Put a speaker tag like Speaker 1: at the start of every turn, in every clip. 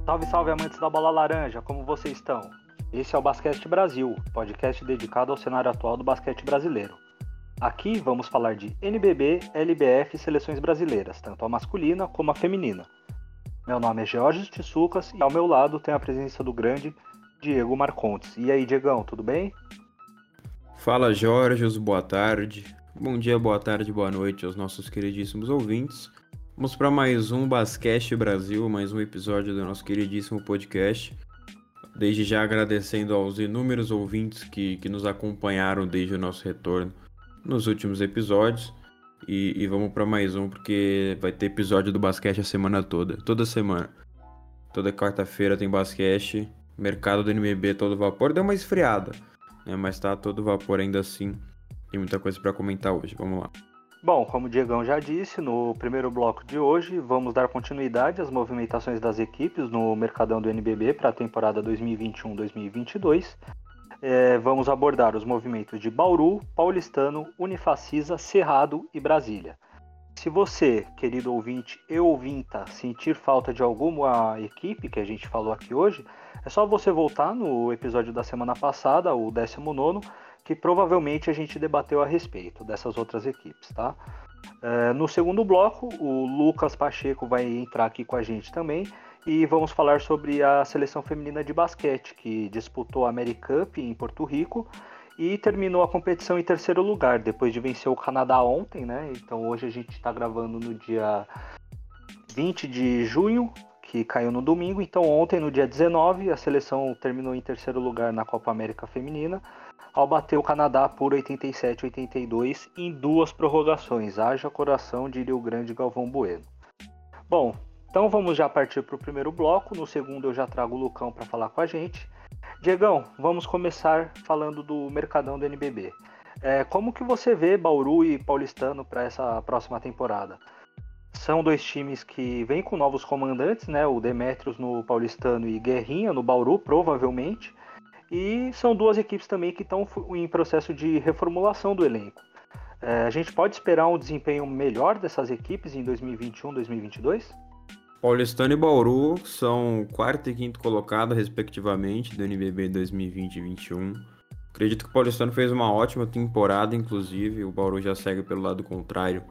Speaker 1: Salve, salve, amantes da bola laranja, como vocês estão? Esse é o Basquete Brasil, podcast dedicado ao cenário atual do basquete brasileiro. Aqui vamos falar de NBB, LBF e seleções brasileiras, tanto a masculina como a feminina. Meu nome é Georges Tissucas e ao meu lado tem a presença do grande Diego Marcontes. E aí, Diegão, tudo bem?
Speaker 2: Fala, Jorge, boa tarde. Bom dia, boa tarde, boa noite aos nossos queridíssimos ouvintes. Vamos para mais um Basquete Brasil, mais um episódio do nosso queridíssimo podcast. Desde já agradecendo aos inúmeros ouvintes que nos acompanharam desde o nosso retorno nos últimos episódios. E vamos para mais um, porque vai ter episódio do basquete a semana toda semana. Toda quarta-feira tem basquete, mercado do NBB todo vapor, deu uma esfriada, né? Mas tá todo vapor ainda assim. Tem muita coisa para comentar hoje, vamos lá.
Speaker 1: Bom, como o Diegão já disse, no primeiro bloco de hoje vamos dar continuidade às movimentações das equipes no mercadão do NBB para a temporada 2021-2022. Vamos abordar os movimentos de Bauru, Paulistano, Unifacisa, Cerrado e Brasília. Se você, querido ouvinte e ouvinta, sentir falta de alguma equipe que a gente falou aqui hoje, é só você voltar no episódio da semana passada, o 19º, que provavelmente a gente debateu a respeito dessas outras equipes, tá? No segundo bloco, o Lucas Pacheco vai entrar aqui com a gente também e vamos falar sobre a seleção feminina de basquete, que disputou a AmeriCup em Porto Rico e terminou a competição em terceiro lugar, depois de vencer o Canadá ontem, né? Então hoje a gente está gravando no dia 20 de junho, que caiu no domingo. Então ontem, no dia 19, a seleção terminou em terceiro lugar na Copa América Feminina, ao bater o Canadá por 87-82 em duas prorrogações. Haja coração, diria o grande Galvão Bueno. Bom, então vamos já partir para o primeiro bloco. No segundo eu já trago o Lucão para falar com a gente. Diegão, vamos começar falando do mercadão do NBB. Como que você vê Bauru e Paulistano para essa próxima temporada? São dois times que vêm com novos comandantes, né? O Demetrios no Paulistano e Guerrinha no Bauru, provavelmente. E são duas equipes também que estão em processo de reformulação do elenco. A gente pode esperar um desempenho melhor dessas equipes em 2021, 2022?
Speaker 2: Paulistano e Bauru são quarto e quinto colocado, respectivamente, do NBB 2020 e 2021. Acredito que o Paulistano fez uma ótima temporada, inclusive. O Bauru já segue pelo lado contrário,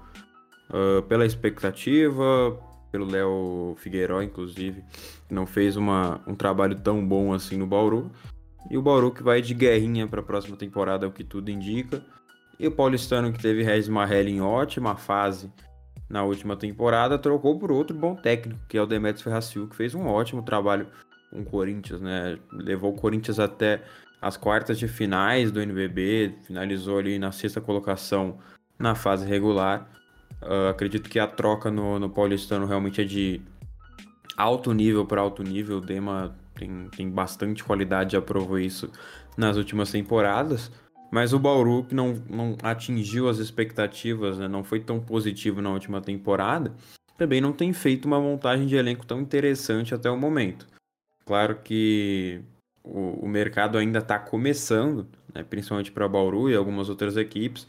Speaker 2: pela expectativa, pelo Léo Figueiró, inclusive. Não fez um trabalho tão bom assim no Bauru. E o Bauru que vai de guerrinha para a próxima temporada, é o que tudo indica. E o Paulistano, que teve Regis Marrelli em ótima fase na última temporada, trocou por outro bom técnico, que é o Demetrios Ferracil, que fez um ótimo trabalho com o Corinthians, né? Levou o Corinthians até as quartas de finais do NBB, finalizou ali na sexta colocação na fase regular. Acredito que a troca no Paulistano realmente é de alto nível para alto nível. O Dema tem bastante qualidade, já provou isso nas últimas temporadas. Mas o Bauru, que não atingiu as expectativas, né, não foi tão positivo na última temporada, também não tem feito uma montagem de elenco tão interessante até o momento. Claro que o mercado ainda está começando, né, principalmente para Bauru e algumas outras equipes,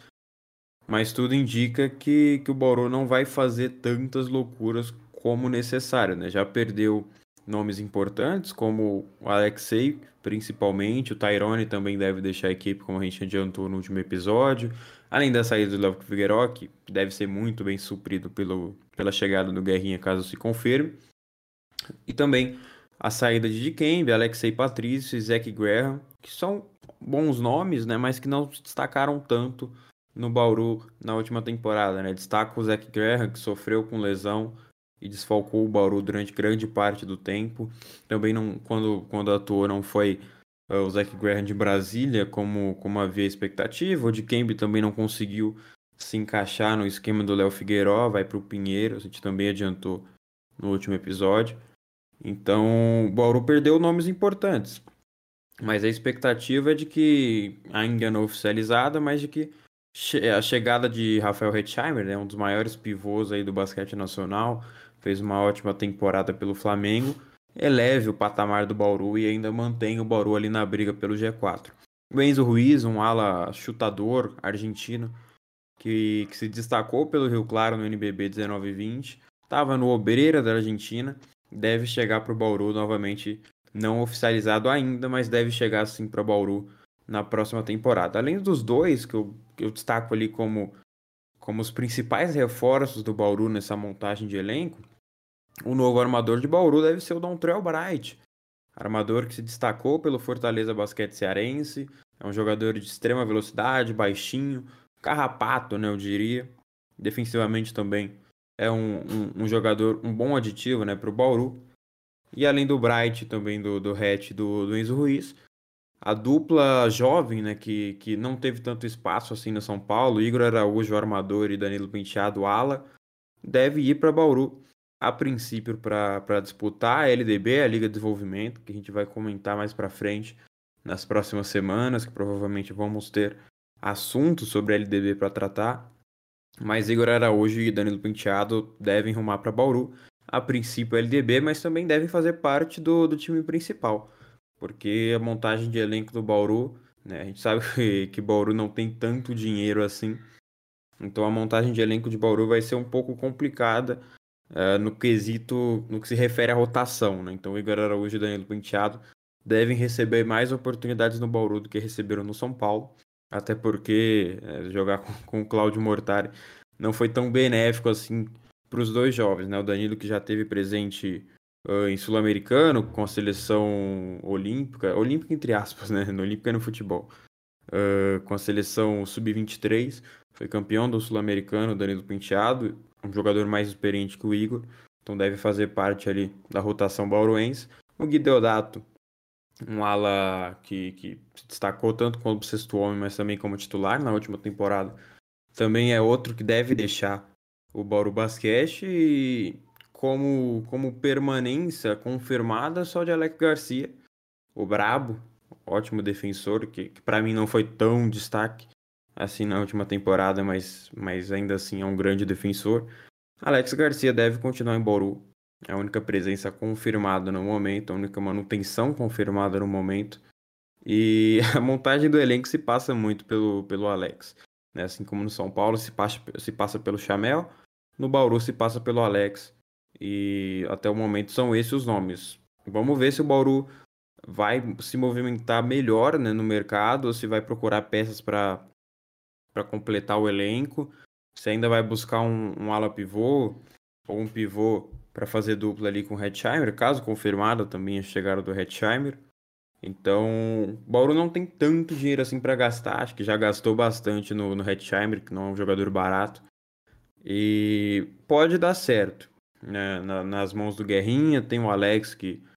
Speaker 2: mas tudo indica que o Bauru não vai fazer tantas loucuras como necessário, né? Já perdeu nomes importantes, como o Alexei, principalmente. O Tyrone também deve deixar a equipe, como a gente adiantou no último episódio. Além da saída do Léo Figueiró, que deve ser muito bem suprido pela chegada do Guerrinha, caso se confirme. E também a saída de Dikembe, Alexei Patrício e Zach Graham, que são bons nomes, né? Mas que não se destacaram tanto no Bauru na última temporada, né? Destaca o Zach Graham, que sofreu com lesão e desfalcou o Bauru durante grande parte do tempo. Também quando atuou não foi o Zach Graham de Brasília como havia expectativa. O Dikembe também não conseguiu se encaixar no esquema do Léo Figueiró, vai para o Pinheiro, a gente também adiantou no último episódio. Então o Bauru perdeu nomes importantes, mas a expectativa é de que, ainda não oficializada, mas de que a chegada de Rafael Hetzheimer, né, um dos maiores pivôs aí do basquete nacional, fez uma ótima temporada pelo Flamengo, eleve o patamar do Bauru e ainda mantém o Bauru ali na briga pelo G4. O Enzo Ruiz, um ala chutador argentino, que se destacou pelo Rio Claro no NBB 19 e 20, estava no Obreira da Argentina deve chegar para o Bauru novamente, não oficializado ainda, mas deve chegar sim para o Bauru na próxima temporada. Além dos dois que eu destaco ali como os principais reforços do Bauru nessa montagem de elenco, o novo armador de Bauru deve ser o Dontrell Bright, armador que se destacou pelo Fortaleza Basquete Cearense, é um jogador de extrema velocidade, baixinho, carrapato, né, eu diria. Defensivamente também é um jogador, um bom aditivo, né, para o Bauru. E além do Bright, também do Hatch e do Enzo Ruiz, a dupla jovem, né, que não teve tanto espaço assim no São Paulo, Igor Araújo, armador, e Danilo Penteado, ala, deve ir para Bauru, a princípio para disputar a LDB, a Liga de Desenvolvimento, que a gente vai comentar mais para frente nas próximas semanas, que provavelmente vamos ter assuntos sobre a LDB para tratar. Mas Igor Araújo e Danilo Penteado devem rumar para Bauru, a princípio LDB, mas também devem fazer parte do time principal, porque a montagem de elenco do Bauru, né, a gente sabe que Bauru não tem tanto dinheiro assim, então a montagem de elenco de Bauru vai ser um pouco complicada no quesito, no que se refere à rotação, né? Então Igor Araújo e Danilo Penteado devem receber mais oportunidades no Bauru do que receberam no São Paulo, até porque jogar com o Cláudio Mortari não foi tão benéfico assim para os dois jovens, né? O Danilo que já teve presente em Sul-Americano com a seleção olímpica, olímpica entre aspas, né? No olímpica no futebol, com a seleção sub-23, foi campeão do Sul-Americano, Danilo Penteado, um jogador mais experiente que o Igor, então deve fazer parte ali da rotação bauruense. O Gui Deodato, um ala que se destacou tanto como sexto homem, mas também como titular na última temporada, também é outro que deve deixar o Bauru Basquete e como permanência confirmada só de Alex Garcia, o Brabo, ótimo defensor, que para mim não foi tão destaque assim na última temporada, mas ainda assim é um grande defensor. Alex Garcia deve continuar em Bauru, é a única presença confirmada no momento, a única manutenção confirmada no momento. E a montagem do elenco se passa muito pelo Alex, né? Assim como no São Paulo se passa pelo Chamel, no Bauru se passa pelo Alex. E até o momento são esses os nomes. Vamos ver se o Bauru vai se movimentar melhor, né, no mercado, ou se vai procurar peças para completar o elenco, se ainda vai buscar um ala pivô ou um pivô para fazer dupla ali com o Hetzheimer, caso confirmado também a chegada do Hetzheimer. Então, o Bauru não tem tanto dinheiro assim para gastar, acho que já gastou bastante no Hetzheimer, que não é um jogador barato, e pode dar certo, né? Nas mãos do Guerrinha, tem o Alex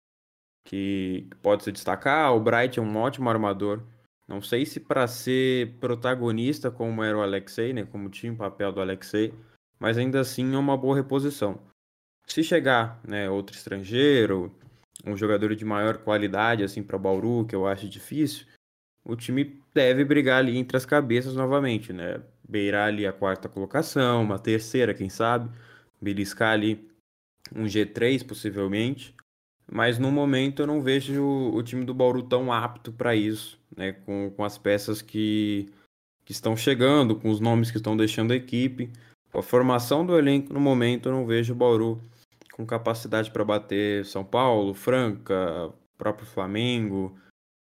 Speaker 2: que pode se destacar. O Bright é um ótimo armador. Não sei se para ser protagonista como era o Alexei, né, como tinha o papel do Alexei, mas ainda assim é uma boa reposição. Se chegar, né, outro estrangeiro, um jogador de maior qualidade assim para Bauru, que eu acho difícil, o time deve brigar ali entre as cabeças novamente, né? Beirar ali a quarta colocação, uma terceira, quem sabe, beliscar ali um G3 possivelmente. Mas no momento eu não vejo o time do Bauru tão apto para isso, né? Com as peças que estão chegando, com os nomes que estão deixando a equipe. Com a formação do elenco no momento eu não vejo o Bauru com capacidade para bater São Paulo, Franca, próprio Flamengo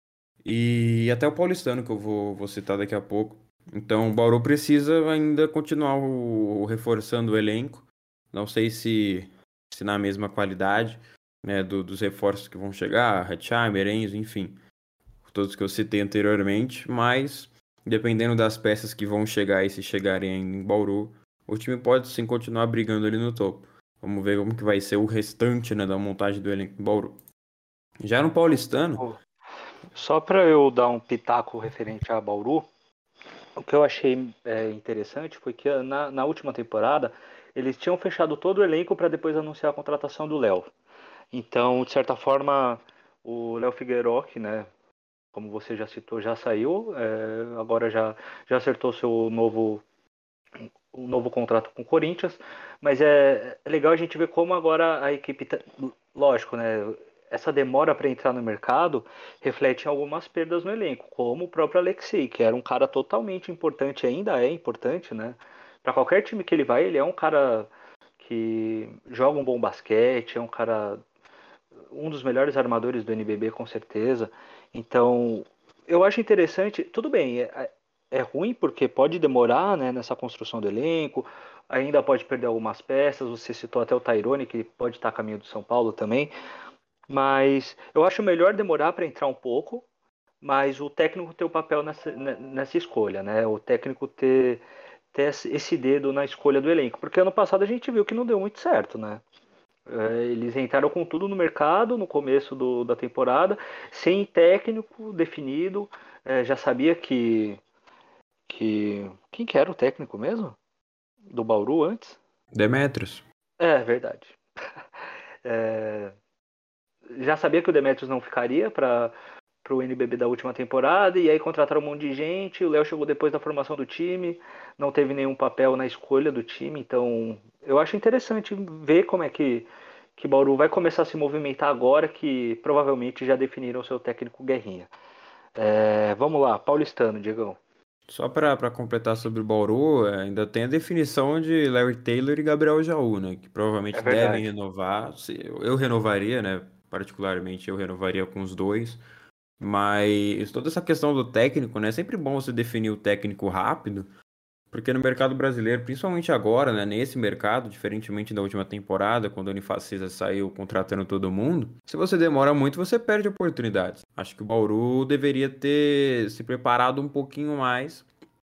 Speaker 2: e até o Paulistano, que eu vou citar daqui a pouco. Então o Bauru precisa ainda continuar reforçando o elenco. Não sei se na mesma qualidade, né, dos reforços que vão chegar, Hetzheimer, Enzo, enfim, todos que eu citei anteriormente, mas dependendo das peças que vão chegar e se chegarem em Bauru, o time pode sim continuar brigando ali no topo. Vamos ver como que vai ser o restante, né, da montagem do elenco em Bauru. Já no Paulistano,
Speaker 1: Só para eu dar um pitaco referente a Bauru, o que eu achei interessante foi que na última temporada eles tinham fechado todo o elenco para depois anunciar a contratação do Léo. Então, de certa forma, o Léo Figueiró, que, né, como você já citou, já saiu, agora já acertou um novo contrato com o Corinthians, mas é legal a gente ver como agora a equipe, lógico, né, essa demora para entrar no mercado reflete em algumas perdas no elenco, como o próprio Alexei, que era um cara totalmente importante, ainda é importante, né? Para qualquer time que ele vai, ele é um cara que joga um bom basquete, é um cara um dos melhores armadores do NBB, com certeza. Então, eu acho interessante. Tudo bem, é ruim porque pode demorar, né, nessa construção do elenco, ainda pode perder algumas peças. Você citou até o Tairone, que pode estar a caminho do São Paulo também. Mas eu acho melhor demorar para entrar um pouco, mas o técnico ter o papel nessa escolha, né? O técnico ter esse dedo na escolha do elenco. Porque ano passado a gente viu que não deu muito certo, né? Eles entraram com tudo no mercado no começo da temporada, sem técnico definido. Já sabia que. Quem que era o técnico mesmo? Do Bauru antes?
Speaker 2: Demetrios.
Speaker 1: É, verdade. Já sabia que o Demetrios não ficaria para o NBB da última temporada, e aí contrataram um monte de gente. O Léo chegou depois da formação do time, não teve nenhum papel na escolha do time, então eu acho interessante ver como é que Bauru vai começar a se movimentar agora que provavelmente já definiram o seu técnico Guerrinha. Vamos lá, Paulistano, Diegão.
Speaker 2: Só para completar sobre o Bauru, ainda tem a definição de Larry Taylor e Gabriel Jaú, né? Que
Speaker 1: É
Speaker 2: provavelmente devem
Speaker 1: verdade.
Speaker 2: renovar. Eu renovaria, né? Particularmente eu renovaria com os dois. Mas toda essa questão do técnico, né? É sempre bom você definir o técnico rápido, porque no mercado brasileiro, principalmente agora, né? Nesse mercado, diferentemente da última temporada, quando o Unifacisa saiu contratando todo mundo, se você demora muito, você perde oportunidades. Acho que o Bauru deveria ter se preparado um pouquinho mais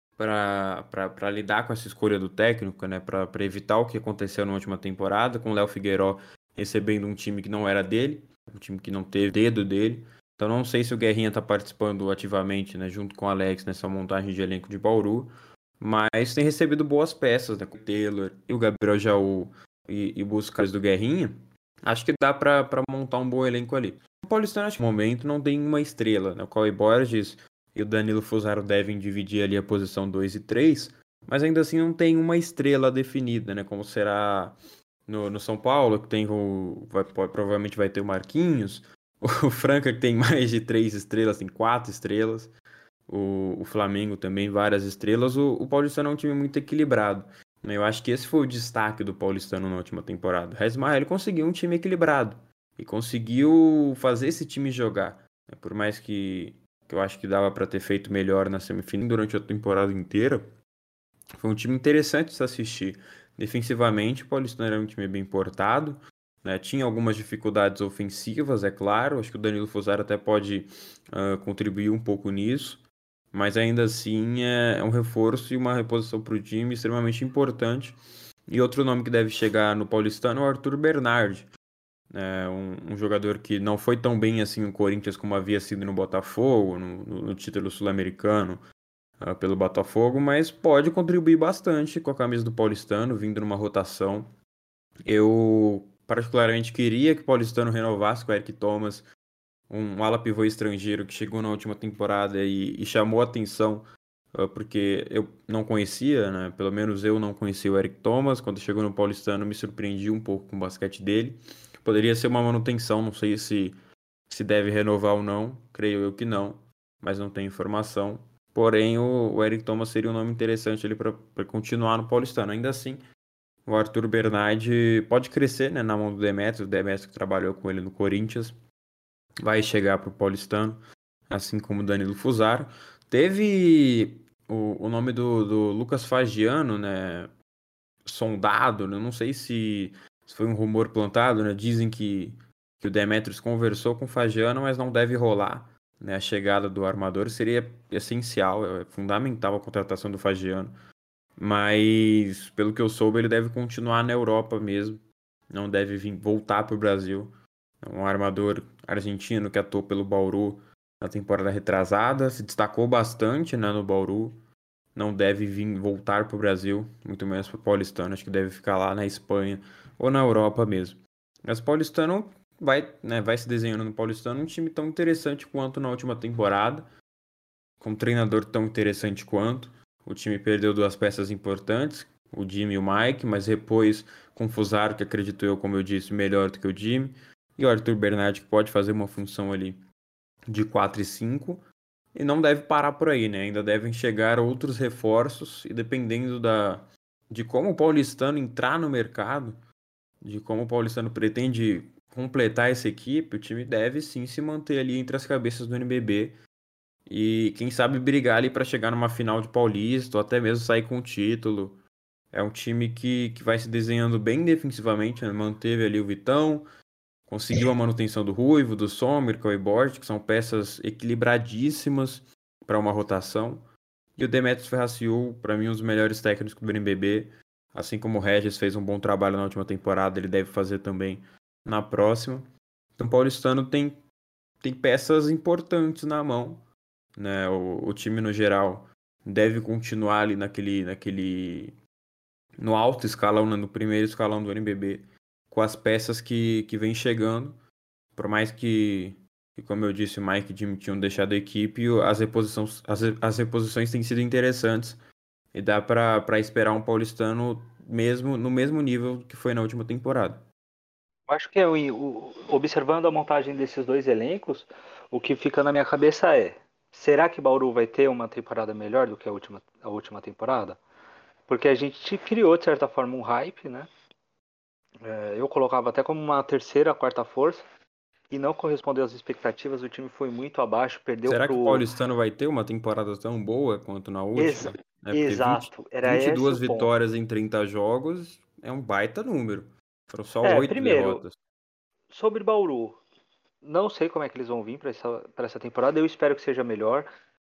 Speaker 2: para lidar com essa escolha do técnico, né? Para evitar o que aconteceu na última temporada, com o Léo Figueiró recebendo um time que não era dele, um time que não teve dedo dele. Então não sei se o Guerrinha está participando ativamente, né, junto com o Alex nessa montagem de elenco de Bauru, mas tem recebido boas peças, né, com o Taylor e o Gabriel Jaú e buscas do Guerrinha. Acho que dá para montar um bom elenco ali. O Paulistano, acho que no momento não tem uma estrela, né? O Cauê Borges e o Danilo Fusaro devem dividir ali a posição 2 e 3, mas ainda assim não tem uma estrela definida, né? Como será no São Paulo, que tem provavelmente vai ter o Marquinhos, o Franca, que tem mais de 3 estrelas, tem 4 estrelas, o Flamengo também, várias estrelas. O Paulistano é um time muito equilibrado, né? Eu acho que esse foi o destaque do Paulistano na última temporada. O Resmar, ele conseguiu um time equilibrado e conseguiu fazer esse time jogar, né? Por mais que eu acho que dava para ter feito melhor na semifinal durante a temporada inteira, foi um time interessante de se assistir. Defensivamente, o Paulistano era um time bem portado, né? Tinha algumas dificuldades ofensivas, é claro. Acho que o Danilo Fusaro até pode contribuir um pouco nisso, mas ainda assim é um reforço e uma reposição para o time extremamente importante. E outro nome que deve chegar no Paulistano é o Arthur Bernardi, né? Um jogador que não foi tão bem assim no Corinthians como havia sido no Botafogo, no título sul-americano, pelo Botafogo, mas pode contribuir bastante com a camisa do Paulistano, vindo numa rotação. Eu particularmente queria que o Paulistano renovasse com o Eric Thomas, um ala pivô estrangeiro que chegou na última temporada e chamou a atenção, porque eu não conhecia, né? Pelo menos eu não conhecia o Eric Thomas. Quando chegou no Paulistano, me surpreendi um pouco com o basquete dele. Poderia ser uma manutenção, não sei se deve renovar ou não, creio eu que não, mas não tenho informação. Porém, o Eric Thomas seria um nome interessante ali para continuar no Paulistano. Ainda assim, o Arthur Bernardi pode crescer, né, na mão do Demetrios. O Demetrios que trabalhou com ele no Corinthians vai chegar para o Paulistano, assim como o Danilo Fusaro. Teve o nome do Lucas Fagiano, né, sondado, né? Não sei se foi um rumor plantado, né? Dizem que o Demetrios conversou com o Fagiano, mas não deve rolar, né? A chegada do armador seria essencial, é fundamental a contratação do Fagiano. Mas, pelo que eu soube, ele deve continuar na Europa mesmo. Não deve voltar para o Brasil. É um armador argentino que atuou pelo Bauru na temporada retrasada. Se destacou bastante, né, no Bauru. Não deve voltar para o Brasil, muito menos para o Paulistano. Acho que deve ficar lá na Espanha ou na Europa mesmo. Mas o Paulistano vai se desenhando no Paulistano um time tão interessante quanto na última temporada, com um treinador tão interessante quanto. O time perdeu duas peças importantes, o Jimmy e o Mike, mas repôs com o Fusaro, que acredito eu, como eu disse, melhor do que o Jimmy, e o Arthur Bernardi, que pode fazer uma função ali de 4 e 5, e não deve parar por aí, né? Ainda devem chegar outros reforços, e dependendo de como o Paulistano entrar no mercado, de como o Paulistano pretende completar essa equipe, o time deve sim se manter ali entre as cabeças do NBB e quem sabe brigar ali para chegar numa final de Paulista ou até mesmo sair com o título. É um time que vai se desenhando bem defensivamente, né? Manteve ali o Vitão, conseguiu a manutenção do Ruivo, do Sommer, Cauê Borges, que são peças equilibradíssimas para uma rotação. E o Demetrios Ferraciu, para mim, um dos melhores técnicos do NBB. Assim como o Regis fez um bom trabalho na última temporada, ele deve fazer também na próxima. Então, o Paulistano tem peças importantes na mão, né? O time, no geral, deve continuar ali no alto escalão, né? No primeiro escalão do NBB, com as peças que vem chegando. Por mais que, como eu disse, o Mike e o Jimmy tinham deixado a equipe, as reposições têm sido interessantes e dá para esperar um paulistano mesmo no mesmo nível que foi na última temporada.
Speaker 1: Eu acho que observando a montagem desses dois elencos, o que fica na minha cabeça é: será que Bauru vai ter uma temporada melhor do que a última temporada? Porque a gente criou, de certa forma, um hype, né? Eu colocava até como uma terceira, quarta força, e não correspondeu às expectativas. O time foi muito abaixo, perdeu
Speaker 2: Será que o
Speaker 1: pro.
Speaker 2: paulistano vai ter uma temporada tão boa quanto na
Speaker 1: Exa-
Speaker 2: última? É porque
Speaker 1: Exato, era esse o
Speaker 2: 22
Speaker 1: ponto.
Speaker 2: vitórias em 30 jogos é um baita número. Foram só 8
Speaker 1: Primeiro,
Speaker 2: derrotas.
Speaker 1: sobre Bauru, não sei como é que eles vão vir para essa temporada. Eu espero que seja melhor.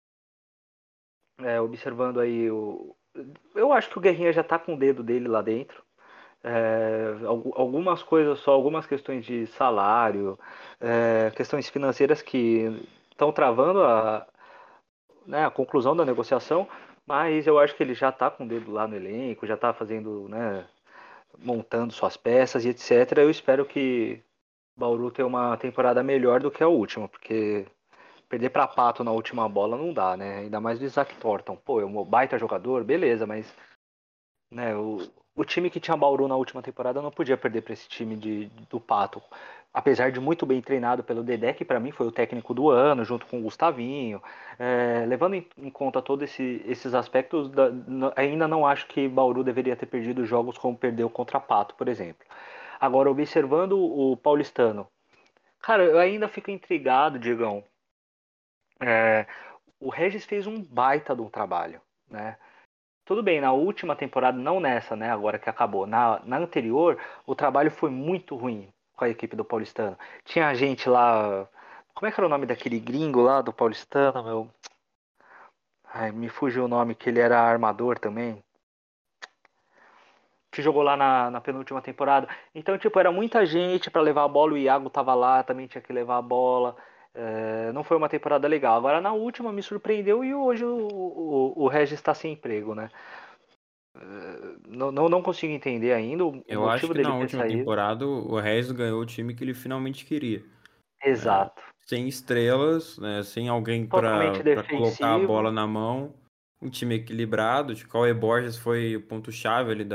Speaker 1: Observando aí o. Eu acho que o Guerrinha já tá com o dedo dele lá dentro. Algumas coisas só, algumas questões de salário, questões financeiras que estão travando né, a conclusão da negociação, mas eu acho que ele já está com o dedo lá no elenco, já está fazendo, né, montando suas peças e etc. Eu espero que Bauru tenha uma temporada melhor do que a última, porque perder para Pato na última bola não dá, né? Ainda mais do Isaac Thornton. Pô, é um baita jogador, beleza, mas né, o time que tinha Bauru na última temporada não podia perder para esse time do Pato. Apesar de muito bem treinado pelo Dedé, que para mim foi o técnico do ano, junto com o Gustavinho. Levando em conta todos esses aspectos, ainda não acho que Bauru deveria ter perdido jogos como perdeu contra Pato, por exemplo. Agora, observando o paulistano, cara, eu ainda fico intrigado, Digão. É, o Regis fez um baita de um trabalho, né? Tudo bem, na última temporada, não nessa, né? Agora que acabou. Na anterior, o trabalho foi muito ruim com a equipe do Paulistano. Tinha gente lá. Como é que era o nome daquele gringo lá do Paulistano, meu? Ai, me fugiu o nome, que ele era armador também. Que jogou lá na penúltima temporada. Então, tipo, era muita gente para levar a bola. O Iago tava lá, também tinha que levar a bola. Não foi uma temporada legal. Agora, na última, me surpreendeu e hoje o Regis está sem emprego, né? Não consigo entender ainda o
Speaker 2: Eu acho
Speaker 1: motivo
Speaker 2: que
Speaker 1: dele
Speaker 2: na
Speaker 1: ter
Speaker 2: última
Speaker 1: saído.
Speaker 2: temporada o Reis ganhou o time que ele finalmente queria, né?
Speaker 1: Exato.
Speaker 2: Sem estrelas, né? Sem alguém
Speaker 1: Totalmente
Speaker 2: para colocar a bola
Speaker 1: defensivo.
Speaker 2: na mão, um time equilibrado. O Cauê Borges foi o ponto-chave ali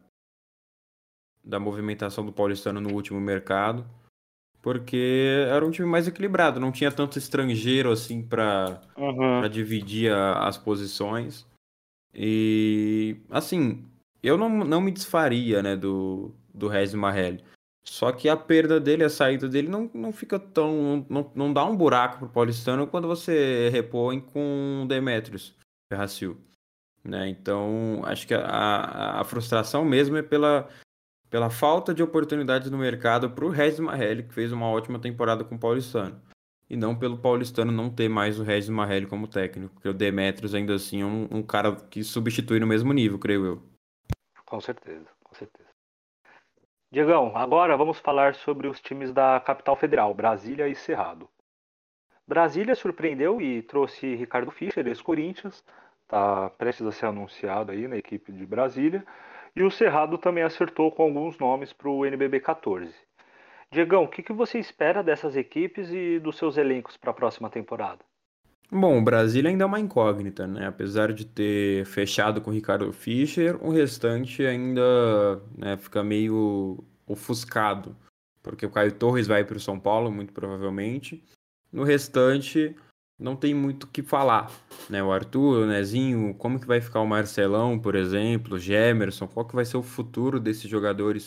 Speaker 2: da movimentação do Paulistano no último mercado, porque era um time mais equilibrado, não tinha tanto estrangeiro assim para
Speaker 1: Uhum.
Speaker 2: dividir as posições. E assim, eu não me desfaria, né, do Regis Marrelli. Só que a perda dele, a saída dele não fica tão. Não dá um buraco pro Paulistano quando você repõe com o Demetrios Ferracil, né? Então, acho que a frustração mesmo é pela falta de oportunidades no mercado pro Regis Marrelli, que fez uma ótima temporada com o Paulistano. E não pelo Paulistano não ter mais o Regis Marrelli como técnico, porque o Demetrios ainda assim é um cara que substitui no mesmo nível, creio eu.
Speaker 1: Com certeza, com certeza. Diegão, agora vamos falar sobre os times da capital federal, Brasília e Cerrado. Brasília surpreendeu e trouxe Ricardo Fischer, ex-Corinthians, está prestes a ser anunciado aí na equipe de Brasília. E o Cerrado também acertou com alguns nomes para o NBB 14. Diegão, o que você espera dessas equipes e dos seus elencos para a próxima temporada?
Speaker 2: Bom, o Brasília ainda é uma incógnita, né? Apesar de ter fechado com o Ricardo Fischer, o restante ainda, né, fica meio ofuscado, porque o Caio Torres vai para o São Paulo, muito provavelmente. No restante, não tem muito o que falar, né? O Arthur, o Nezinho, como que vai ficar o Marcelão, por exemplo, o Gemerson, qual que vai ser o futuro desses jogadores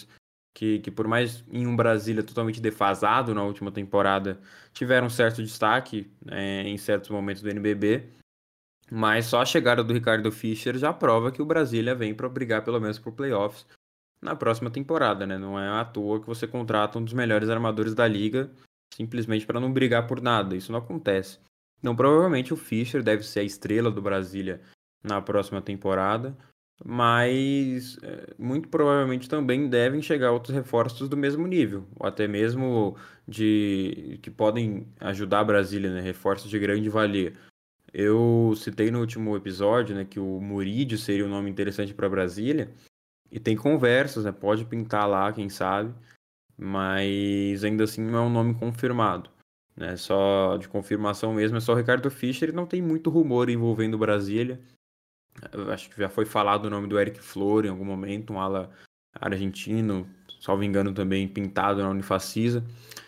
Speaker 2: que por mais em um Brasília totalmente defasado na última temporada, tiveram certo destaque, em certos momentos do NBB. Mas só a chegada do Ricardo Fischer já prova que o Brasília vem para brigar pelo menos por playoffs na próxima temporada, né? Não é à toa que você contrata um dos melhores armadores da liga simplesmente para não brigar por nada. Isso não acontece. Então, provavelmente o Fischer deve ser a estrela do Brasília na próxima temporada, mas muito provavelmente também devem chegar outros reforços do mesmo nível, ou até mesmo de que podem ajudar a Brasília, né? Reforços de grande valia. Eu citei no último episódio, né, que o Murídio seria um nome interessante para Brasília, e tem conversas, né? Pode pintar lá, quem sabe, mas ainda assim não é um nome confirmado, né? Só de confirmação mesmo é só o Ricardo Fischer e não tem muito rumor envolvendo Brasília. Eu acho que já foi falado o nome do Eric Flor em algum momento, um ala argentino, salvo engano também pintado na Unifacisa.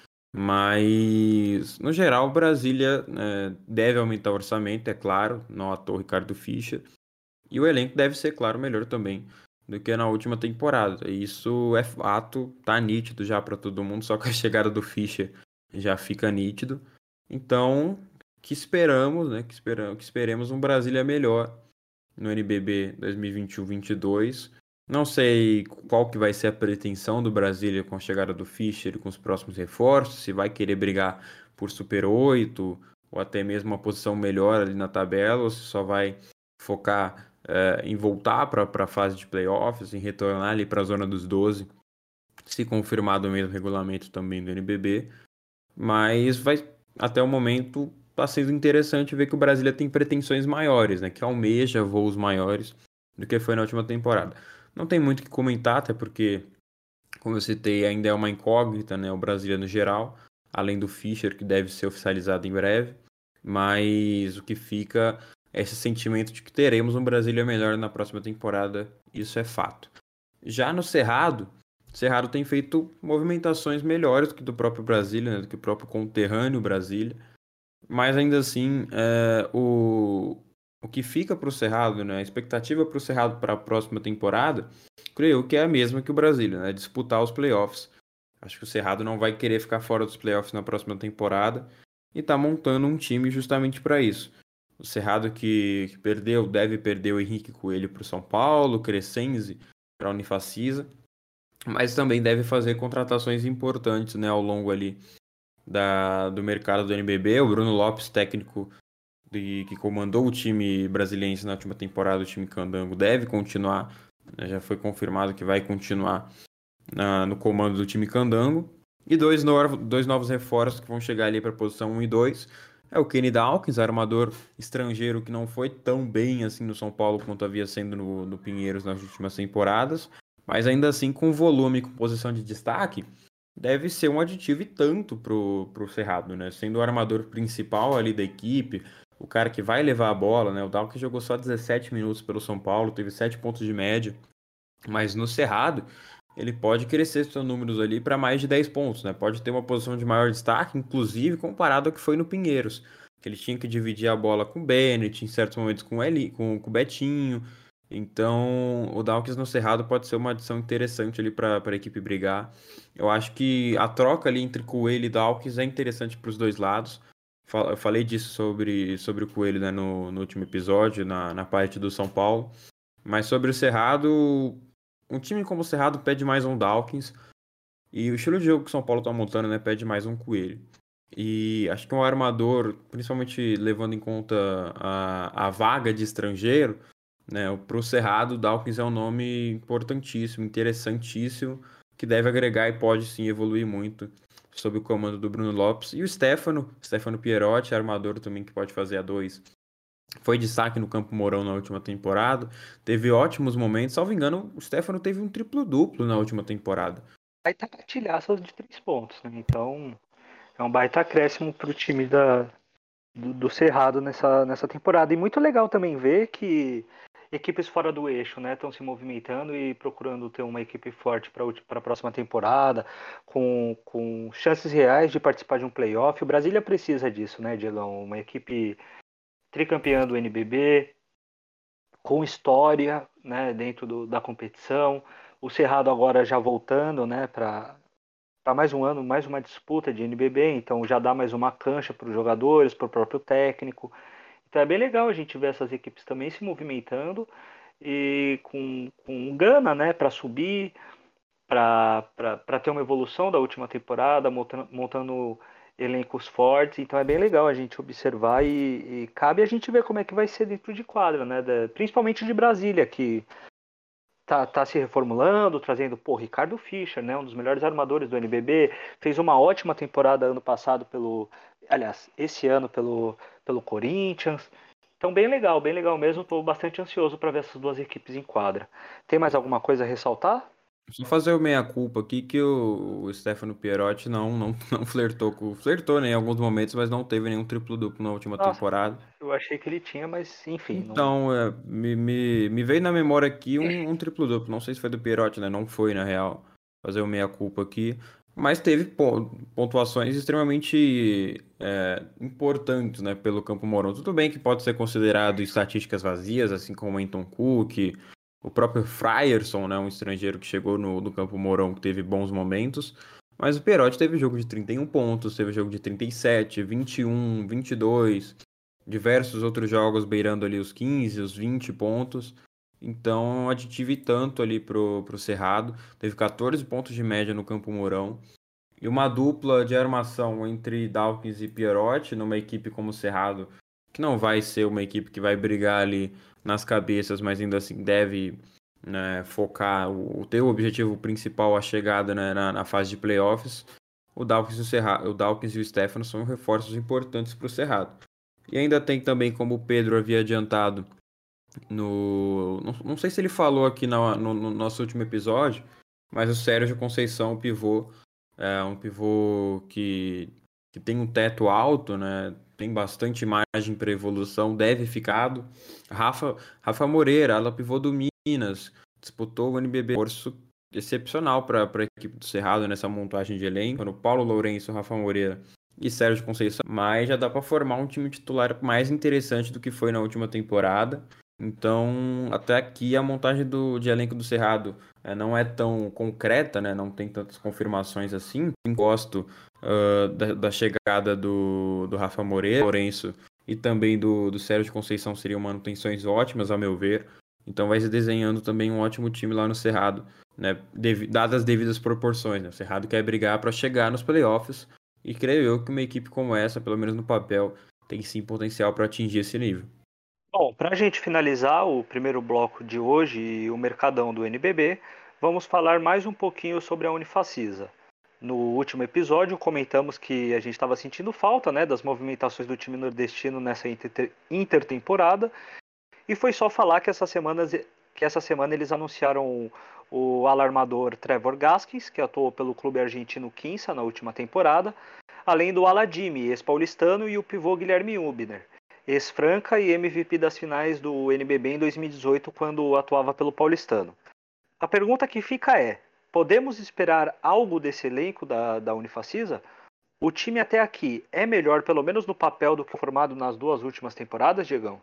Speaker 2: Mas, no geral, Brasília deve aumentar o orçamento, é claro, não à toa Ricardo Fischer. E o elenco deve ser, claro, melhor também do que na última temporada. Isso é fato, tá nítido já para todo mundo, só com a chegada do Fischer já fica nítido. Então, que esperamos, né? Que esperemos um Brasília melhor no NBB 2021-22. Não sei qual que vai ser a pretensão do Brasília com a chegada do Fischer e com os próximos reforços, se vai querer brigar por Super 8 ou até mesmo uma posição melhor ali na tabela, ou se só vai focar em voltar para a fase de playoffs, em retornar ali para a zona dos 12, se confirmado o mesmo regulamento também do NBB. Mas vai, até o momento está sendo interessante ver que o Brasília tem pretensões maiores, né? Que almeja voos maiores do que foi na última temporada. Não tem muito o que comentar, até porque, como eu citei, ainda é uma incógnita, né? O Brasília no geral, além do Fischer, que deve ser oficializado em breve. Mas o que fica é esse sentimento de que teremos um Brasília melhor na próxima temporada, isso é fato. Já no Cerrado, o Cerrado tem feito movimentações melhores do que do próprio Brasília, né? Do que o próprio conterrâneo Brasília. Mas ainda assim, o que fica para o Cerrado, né? A expectativa para o Cerrado para a próxima temporada, creio que é a mesma que o Brasília, né? Disputar os playoffs. Acho que o Cerrado não vai querer ficar fora dos playoffs na próxima temporada e está montando um time justamente para isso. O Cerrado que perdeu, deve perder o Henrique Coelho para o São Paulo, o Crescenzi para a Unifacisa, mas também deve fazer contratações importantes, né, ao longo ali do mercado do NBB. O Bruno Lopes, técnico que comandou o time brasiliense na última temporada, o time Candango, deve continuar, né, já foi confirmado que vai continuar no comando do time Candango. E dois novos reforços que vão chegar ali para a posição 1 e 2. É o Kenny Dawkins, armador estrangeiro que não foi tão bem assim no São Paulo quanto havia sendo no Pinheiros nas últimas temporadas, mas ainda assim com volume, com posição de destaque, deve ser um aditivo e tanto pro Cerrado, né? Sendo o armador principal ali da equipe, o cara que vai levar a bola, né? O Dawkins jogou só 17 minutos pelo São Paulo, teve 7 pontos de média, mas no Cerrado ele pode crescer seus números ali para mais de 10 pontos, né? Pode ter uma posição de maior destaque, inclusive comparado ao que foi no Pinheiros, que ele tinha que dividir a bola com o Bennett, em certos momentos com o Betinho. Então, o Dawkins no Cerrado pode ser uma adição interessante ali para a equipe brigar. Eu acho que a troca ali entre Coelho e Dawkins é interessante para os dois lados. Eu falei disso sobre o Coelho, né, no último episódio, na parte do São Paulo. Mas sobre o Cerrado, um time como o Cerrado pede mais um Dawkins. E o estilo de jogo que o São Paulo está montando, né, pede mais um Coelho. E acho que um armador, principalmente levando em conta a vaga de estrangeiro, né, para o Cerrado, o Dawkins é um nome importantíssimo, interessantíssimo, que deve agregar e pode sim evoluir muito sob o comando do Bruno Lopes. E o Stefano Pierotti, armador também que pode fazer a dois, foi destaque no Campo Mourão na última temporada, teve ótimos momentos. Salvo engano, o Stefano teve um triplo-duplo na última temporada.
Speaker 1: Baita cartilhaça de 3 pontos, né? Então é um baita acréscimo para o time do Cerrado nessa temporada. E muito legal também ver que equipes fora do eixo, né, estão se movimentando e procurando ter uma equipe forte para a próxima temporada, com chances reais de participar de um playoff. O Brasília precisa disso, né, Diegão? Uma equipe tricampeã do NBB, com história, né, dentro da competição, O Cerrado agora já voltando, né, para mais um ano, mais uma disputa de NBB, então já dá mais uma cancha para os jogadores, para o próprio técnico. Então é bem legal a gente ver essas equipes também se movimentando e com gana, né, para subir, para ter uma evolução da última temporada, montando elencos fortes. Então é bem legal a gente observar e cabe a gente ver como é que vai ser dentro de quadra, né? Principalmente de Brasília, que tá se reformulando, trazendo, pô, Ricardo Fischer, né? Um dos melhores armadores do NBB, fez uma ótima temporada ano passado aliás, esse ano pelo Corinthians. Então bem legal mesmo. Estou bastante ansioso para ver essas duas equipes em quadra. Tem mais alguma coisa a ressaltar?
Speaker 2: Só fazer o meia-culpa aqui que o Stefano Pierotti não flertou com. Flertou, né, em alguns momentos, mas não teve nenhum triplo-duplo na última
Speaker 1: Nossa,
Speaker 2: temporada.
Speaker 1: eu achei que ele tinha, mas enfim, não.
Speaker 2: Então, me veio na memória aqui um triplo-duplo. Não sei se foi do Pierotti, né? Não foi, na real. Fazer o meia-culpa aqui. Mas teve pontuações extremamente importantes, né, pelo Campo Mourão. Tudo bem que pode ser considerado estatísticas vazias, assim como o Anton Cook, o próprio Frierson, né, um estrangeiro que chegou no Campo Mourão, que teve bons momentos. Mas o Pierotti teve jogo de 31 pontos, teve jogo de 37, 21, 22, diversos outros jogos beirando ali os 15, os 20 pontos. Então, aditivo e tanto ali pro Cerrado. Teve 14 pontos de média no Campo Mourão. E uma dupla de armação entre Dawkins e Pierotti, numa equipe como o Cerrado, que não vai ser uma equipe que vai brigar ali nas cabeças, mas ainda assim deve, né, focar o teu objetivo principal, a chegada, né, na fase de playoffs. O Dawkins e o Stefano são reforços importantes para o Cerrado. E ainda tem também, como o Pedro havia adiantado, não sei se ele falou aqui no nosso último episódio, mas o Sérgio Conceição, o pivô, é um pivô que tem um teto alto, né? Tem bastante margem para evolução, deve ficado. Rafa Moreira, ala pivô do Minas, disputou o NBB, reforço excepcional para a equipe do Cerrado nessa montagem de elenco. No Paulo Lourenço, Rafa Moreira e Sérgio Conceição, mas já dá para formar um time titular mais interessante do que foi na última temporada. Então, até aqui a montagem de elenco do Cerrado não é tão concreta, né? Não tem tantas confirmações assim. Gosto da chegada do Rafa Moreira, Lourenço e também do Sérgio Conceição seriam manutenções ótimas, a meu ver. Então vai se desenhando também um ótimo time lá no Cerrado, né? Dadas as devidas proporções, né? O Cerrado quer brigar para chegar nos playoffs e creio eu que uma equipe como essa, pelo menos no papel, tem sim potencial para atingir esse nível.
Speaker 1: Bom, para a gente finalizar o primeiro bloco de hoje e o mercadão do NBB, vamos falar mais um pouquinho sobre a Unifacisa. No último episódio, comentamos que a gente estava sentindo falta, né, das movimentações do time nordestino nessa intertemporada, e foi só falar que essa semana eles anunciaram o alarmador Trevor Gaskins, que atuou pelo clube argentino Quinça na última temporada, além do Aladimi, ex-paulistano, e o pivô Guilherme Hubner, ex-Franca e MVP das finais do NBB em 2018, quando atuava pelo paulistano. A pergunta que fica é: podemos esperar algo desse elenco da Unifacisa? O time até aqui é melhor, pelo menos no papel, do que o formado nas duas últimas temporadas, Diegão?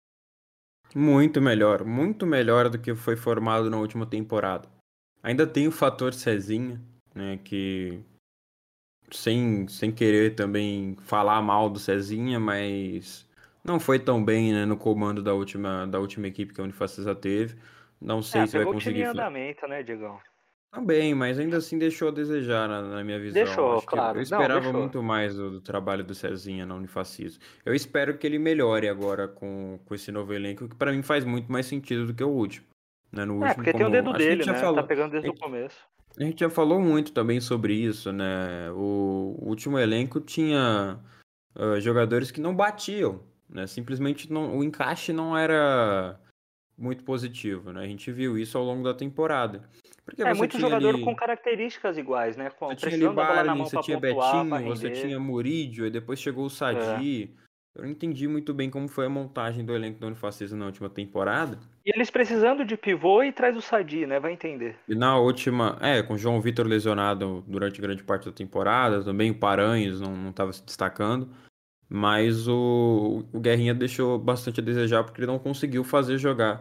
Speaker 2: Muito melhor do que foi formado na última temporada. Ainda tem o fator Cezinha, né, que sem querer também falar mal do Cezinha, mas não foi tão bem, né, no comando da última equipe que a Unifacisa teve. Não sei se vai
Speaker 1: Pegou o time em
Speaker 2: conseguir.
Speaker 1: andamento, né, Diegão?
Speaker 2: Também, mas ainda assim deixou a desejar na minha visão.
Speaker 1: Deixou,
Speaker 2: Acho que eu
Speaker 1: claro. Não,
Speaker 2: esperava
Speaker 1: deixou.
Speaker 2: muito mais do trabalho do Cezinha na Unifacisa. Eu espero que ele melhore agora com esse novo elenco, que para mim faz muito mais sentido do que o último. Né? No último,
Speaker 1: Porque tem o
Speaker 2: como.
Speaker 1: dedo
Speaker 2: Acho que a gente
Speaker 1: dele,
Speaker 2: já
Speaker 1: né? Tá
Speaker 2: falou.
Speaker 1: pegando
Speaker 2: A
Speaker 1: desde o
Speaker 2: gente,
Speaker 1: começo.
Speaker 2: a gente já falou muito também sobre isso, né? O último elenco tinha jogadores que não batiam, né? Simplesmente o encaixe não era muito positivo, né? A gente viu isso ao longo da temporada. Porque você
Speaker 1: Muito
Speaker 2: tinha
Speaker 1: jogador com
Speaker 2: ali.
Speaker 1: características iguais, né?
Speaker 2: Você tinha ali
Speaker 1: Precisando da bola na
Speaker 2: Barley,
Speaker 1: mão
Speaker 2: você
Speaker 1: para
Speaker 2: tinha
Speaker 1: pontuar, para
Speaker 2: Betinho, você
Speaker 1: render.
Speaker 2: tinha Murídio, e depois chegou o
Speaker 1: É.
Speaker 2: Sadi. Eu não entendi muito bem como foi a montagem do elenco da Unifacisa na última temporada.
Speaker 1: E eles precisando de pivô e traz o Sadi, né? Vai entender.
Speaker 2: E na última, com o João Vitor lesionado durante grande parte da temporada, também o Paranhos não estava se destacando, mas o Guerrinha deixou bastante a desejar porque ele não conseguiu fazer jogar,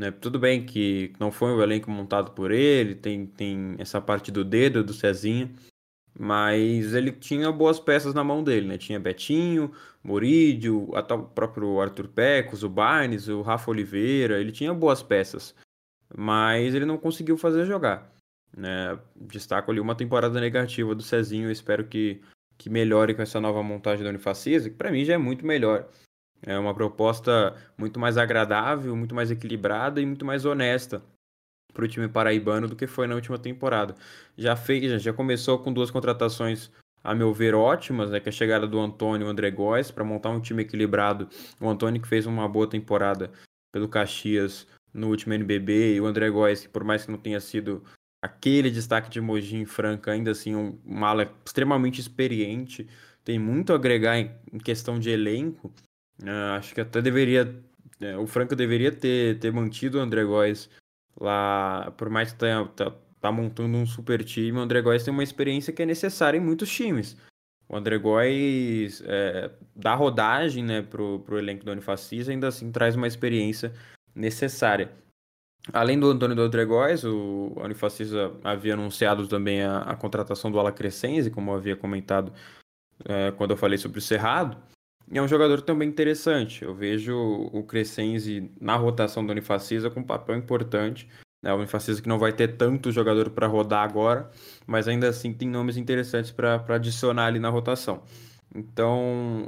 Speaker 2: né? Tudo bem que não foi um elenco montado por ele, tem essa parte do dedo do Cezinha, mas ele tinha boas peças na mão dele, né? Tinha Betinho, Murídio, até o próprio Arthur Pecos, o Barnes, o Rafa Oliveira, ele tinha boas peças, mas ele não conseguiu fazer jogar, né? Destaco ali uma temporada negativa do Cezinho, eu espero que melhore com essa nova montagem da Unifacisa, que para mim já é muito melhor. É uma proposta muito mais agradável, muito mais equilibrada e muito mais honesta para o time paraibano do que foi na última temporada. Já começou com duas contratações, a meu ver, ótimas, né? Que é a chegada do Antônio e o André Góes para montar um time equilibrado. O Antônio que fez uma boa temporada pelo Caxias no último NBB e o André Góes, que por mais que não tenha sido aquele destaque de Mogi em Franca, ainda assim um ala extremamente experiente, tem muito a agregar em questão de elenco. Acho que até deveria. O Franca deveria ter mantido o André Góes lá, por mais que tá montando um super time, o André Góes tem uma experiência que é necessária em muitos times. O André Góes dá rodagem, né, pro elenco do Unifacisa, ainda assim traz uma experiência necessária. Além do Antônio do André Góes, o Unifacisa havia anunciado também a contratação do Ala Crescenzi, como eu havia comentado quando eu falei sobre o Cerrado. E é um jogador também interessante. Eu vejo o Crescenzi na rotação do Unifacisa com um papel importante. Né? O Unifacisa que não vai ter tanto jogador para rodar agora, mas ainda assim tem nomes interessantes para adicionar ali na rotação. Então,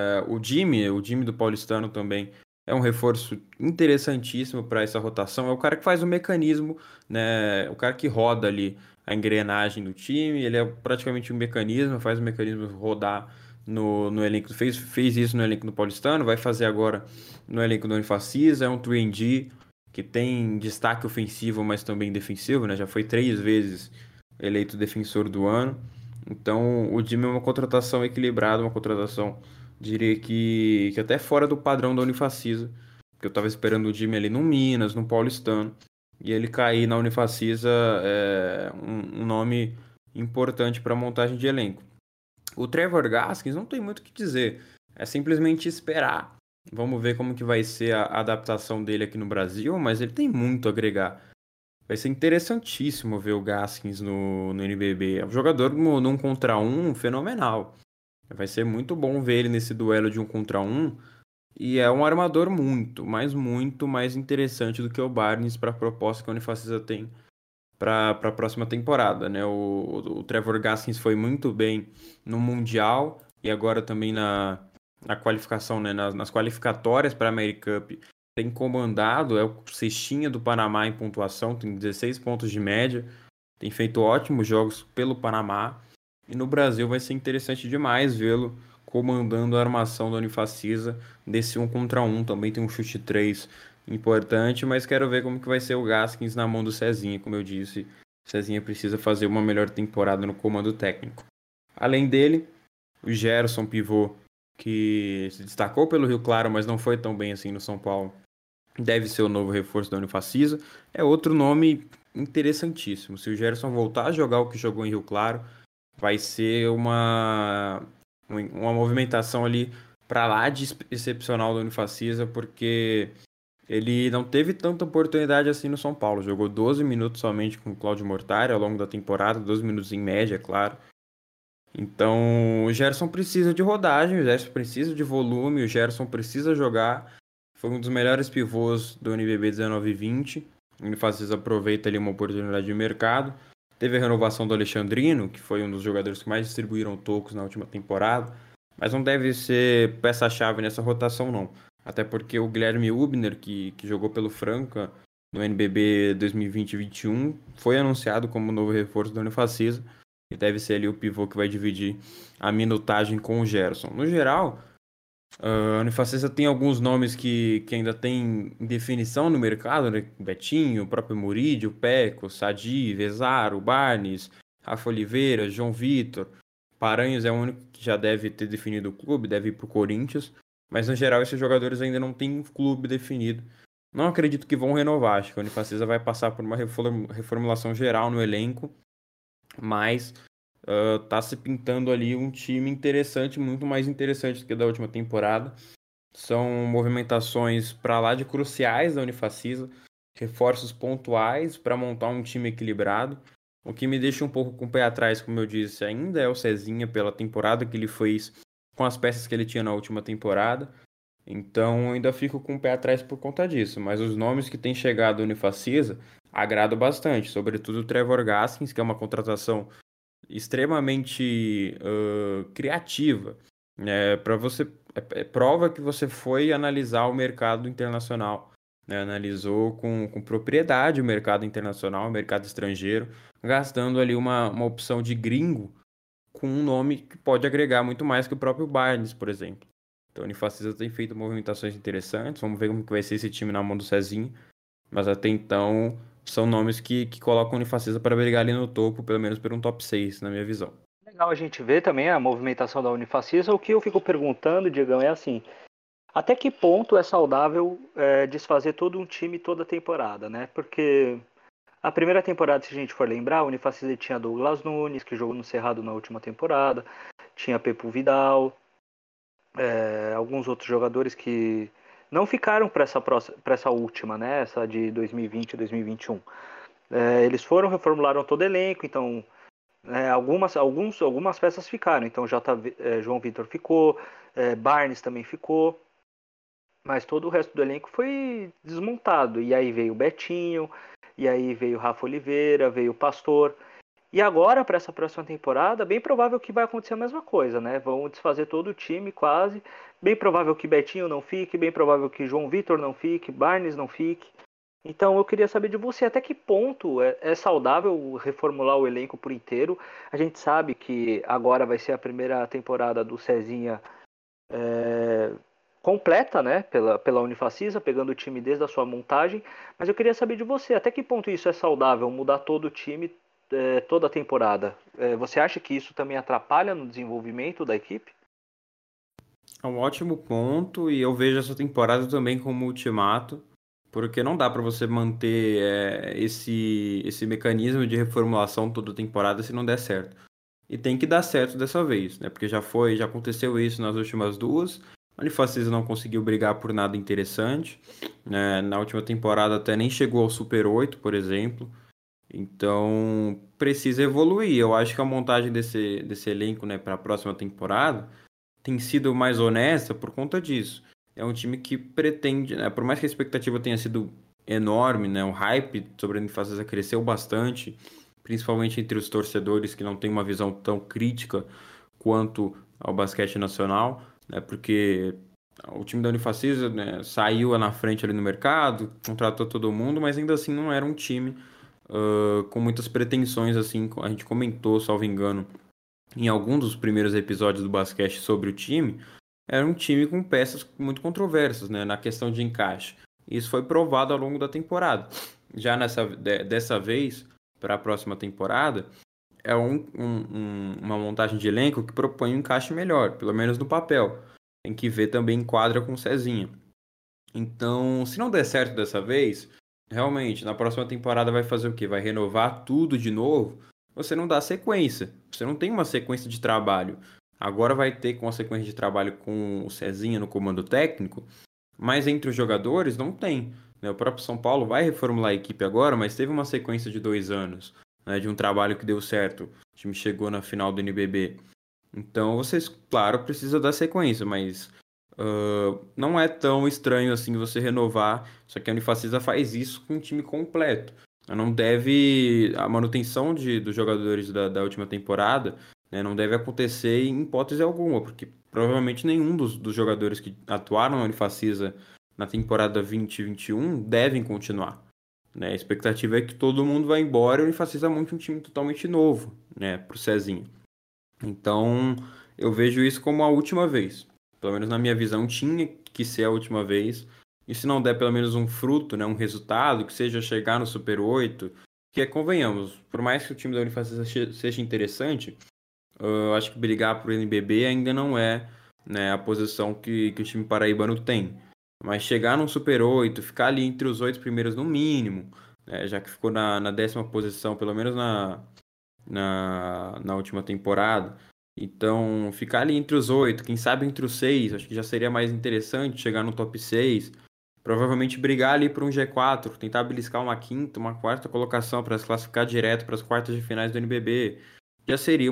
Speaker 2: o Jimmy do Paulistano também é um reforço interessantíssimo para essa rotação. É o cara que faz o mecanismo, né? O cara que roda ali a engrenagem do time. Ele é praticamente um mecanismo, faz o mecanismo rodar no elenco. Fez isso no elenco do Paulistano, vai fazer agora no elenco do Unifacisa. É um 3D que tem destaque ofensivo, mas também defensivo, né? Já foi 3 vezes eleito defensor do ano. Então, o Jimmy é uma contratação equilibrada, uma contratação, diria que até fora do padrão da Unifacisa, porque eu estava esperando o Jimmy ali no Minas, no Paulistano, e ele cair na Unifacisa é um nome importante para a montagem de elenco. O Trevor Gaskins não tem muito o que dizer, é simplesmente esperar. Vamos ver como que vai ser a adaptação dele aqui no Brasil, mas ele tem muito a agregar. Vai ser interessantíssimo ver o Gaskins no NBB. É um jogador num contra um fenomenal. Vai ser muito bom ver ele nesse duelo de um contra um. E é um armador muito mais interessante do que o Barnes para a proposta que a Unifacisa tem para a próxima temporada, né? O Trevor Gaskins foi muito bem no Mundial e agora também na qualificação, né? Nas qualificatórias para a AmeriCup tem comandado, é o cestinha do Panamá em pontuação, tem 16 pontos de média, tem feito ótimos jogos pelo Panamá e no Brasil vai ser interessante demais vê-lo comandando a armação da Unifacisa desse 1 contra 1, também tem um chute 3 importante, mas quero ver como que vai ser o Gaskins na mão do Cezinha, como eu disse, o Cezinha precisa fazer uma melhor temporada no comando técnico. Além dele, o Gerson, pivô, que se destacou pelo Rio Claro, mas não foi tão bem assim no São Paulo, deve ser o novo reforço da Unifacisa, é outro nome interessantíssimo. Se o Gerson voltar a jogar o que jogou em Rio Claro, vai ser uma movimentação ali para lá de excepcional do Unifacisa, porque ele não teve tanta oportunidade assim no São Paulo. Jogou 12 minutos somente com o Cláudio Mortari ao longo da temporada, 12 minutos em média, é claro. Então, o Gerson precisa de rodagem, o Gerson precisa de volume, o Gerson precisa jogar. Foi um dos melhores pivôs do NBB 19 e 20. O Unifacisa aproveita ali uma oportunidade de mercado. Teve a renovação do Alexandrino, que foi um dos jogadores que mais distribuíram tocos na última temporada. Mas não deve ser peça-chave nessa rotação, não. Até porque o Guilherme Hubner, que jogou pelo Franca no NBB 2020-21, foi anunciado como novo reforço da Unifacisa e deve ser ali o pivô que vai dividir a minutagem com o Gerson. No geral, a Unifacisa tem alguns nomes que ainda tem definição no mercado, né? Betinho, o próprio Murídio, Peco, Sadi, Vezaro, Barnes, Rafa Oliveira, João Vitor. Paranhos é o único que já deve ter definido o clube, deve ir para o Corinthians. Mas, no geral, esses jogadores ainda não têm um clube definido. Não acredito que vão renovar. Acho que a Unifacisa vai passar por uma reformulação geral no elenco. Mas tá se pintando ali um time interessante, muito mais interessante do que da última temporada. São movimentações para lá de cruciais da Unifacisa. reforços pontuais para montar um time equilibrado. O que me deixa um pouco com o pé atrás, como eu disse, ainda é o Cezinha pela temporada que ele fez com as peças que ele tinha na última temporada. Então, eu ainda fico com o pé atrás por conta disso. Mas os nomes que têm chegado ao Unifacisa agradam bastante, sobretudo o Trevor Gaskins, que é uma contratação extremamente criativa, né? Para você prova que você foi analisar o mercado internacional, né? Analisou com propriedade o mercado internacional, o mercado estrangeiro, gastando ali uma opção de gringo com um nome que pode agregar muito mais que o próprio Barnes, por exemplo. Então, o Unifacisa tem feito movimentações interessantes. Vamos ver como que vai ser esse time na mão do Cezinho. Mas até então, são nomes que colocam o Unifacisa para brigar ali no topo, pelo menos por um top 6, na minha visão.
Speaker 1: Legal a gente ver também a movimentação da Unifacisa. O que eu fico perguntando, Diegão, é assim: até que ponto é saudável desfazer todo um time toda temporada, né? Porque a primeira temporada, se a gente for lembrar, a Unifacisa tinha Douglas Nunes, que jogou no Cerrado na última temporada, tinha Pepo Vidal, alguns outros jogadores que não ficaram para essa última, né? Essa de 2020 e 2021. Eles reformularam todo o elenco, então algumas peças ficaram. Então João Vitor ficou, Barnes também ficou, mas todo o resto do elenco foi desmontado. E aí veio o Betinho, e aí veio o Rafa Oliveira, veio o Pastor. E agora, para essa próxima temporada, bem provável que vai acontecer a mesma coisa, né? Vão desfazer todo o time quase. Bem provável que Betinho não fique, bem provável que João Vitor não fique, Barnes não fique. Então eu queria saber de você até que ponto é saudável reformular o elenco por inteiro. A gente sabe que agora vai ser a primeira temporada do Cezinha completa, né, pela Unifacisa, pegando o time desde a sua montagem. Mas eu queria saber de você até que ponto isso é saudável, mudar todo o time toda a temporada. Você acha que isso também atrapalha no desenvolvimento da equipe?
Speaker 2: É um ótimo ponto e eu vejo essa temporada também como ultimato, porque não dá para você manter esse mecanismo de reformulação toda temporada se não der certo. E tem que dar certo dessa vez, né? Porque já aconteceu isso nas últimas duas. A Unifacisa não conseguiu brigar por nada interessante, né? Na última temporada até nem chegou ao Super 8, por exemplo. Então, precisa evoluir. Eu acho que a montagem desse elenco, né, para a próxima temporada tem sido mais honesta por conta disso. É um time que pretende, né, por mais que a expectativa tenha sido enorme, né, o hype sobre a Unifacisa cresceu bastante, principalmente entre os torcedores que não têm uma visão tão crítica quanto ao basquete nacional, né, porque o time da Unifacisa, né, saiu na frente ali no mercado, contratou todo mundo, mas ainda assim não era um time com muitas pretensões, assim, a gente comentou, salvo engano, em algum dos primeiros episódios do basquete sobre o time, era um time com peças muito controversas, né, na questão de encaixe. Isso foi provado ao longo da temporada. Já dessa vez, para a próxima temporada, é uma montagem de elenco que propõe um encaixe melhor, pelo menos no papel. Tem que ver também em quadra com o Cezinha. Então, se não der certo dessa vez, realmente, na próxima temporada vai fazer o quê? Vai renovar tudo de novo? Você não dá sequência. Você não tem uma sequência de trabalho. Agora vai ter com a sequência de trabalho com o Cezinha no comando técnico, mas entre os jogadores não tem, né? O próprio São Paulo vai reformular a equipe agora, mas teve uma sequência de 2 anos, né, de um trabalho que deu certo. O time chegou na final do NBB. Então, vocês, claro, precisa dar sequência, mas não é tão estranho assim você renovar. Só que a Unifacisa faz isso com um time completo. Não deve. A manutenção dos jogadores da última temporada, né, não deve acontecer em hipótese alguma, porque provavelmente nenhum dos jogadores que atuaram na Unifacisa na temporada 2021 devem continuar. Né? A expectativa é que todo mundo vá embora e a Unifacisa monte um time totalmente novo, né, pro Cezinho. Então, eu vejo isso como a última vez. Pelo menos na minha visão, tinha que ser a última vez. E se não der pelo menos um fruto, né, um resultado, que seja chegar no Super 8, que convenhamos, por mais que o time da Unifacisa seja interessante, eu acho que brigar por NBB ainda não é, né, a posição que o time paraibano tem. Mas chegar num Super 8, ficar ali entre os 8 primeiros no mínimo, né, já que ficou na 10ª posição, pelo menos na última temporada. Então, ficar ali entre os 8, quem sabe entre os 6, acho que já seria mais interessante chegar no top 6, provavelmente brigar ali por um G4, tentar beliscar uma quinta, uma quarta colocação para se classificar direto para as quartas de finais do NBB. Já seria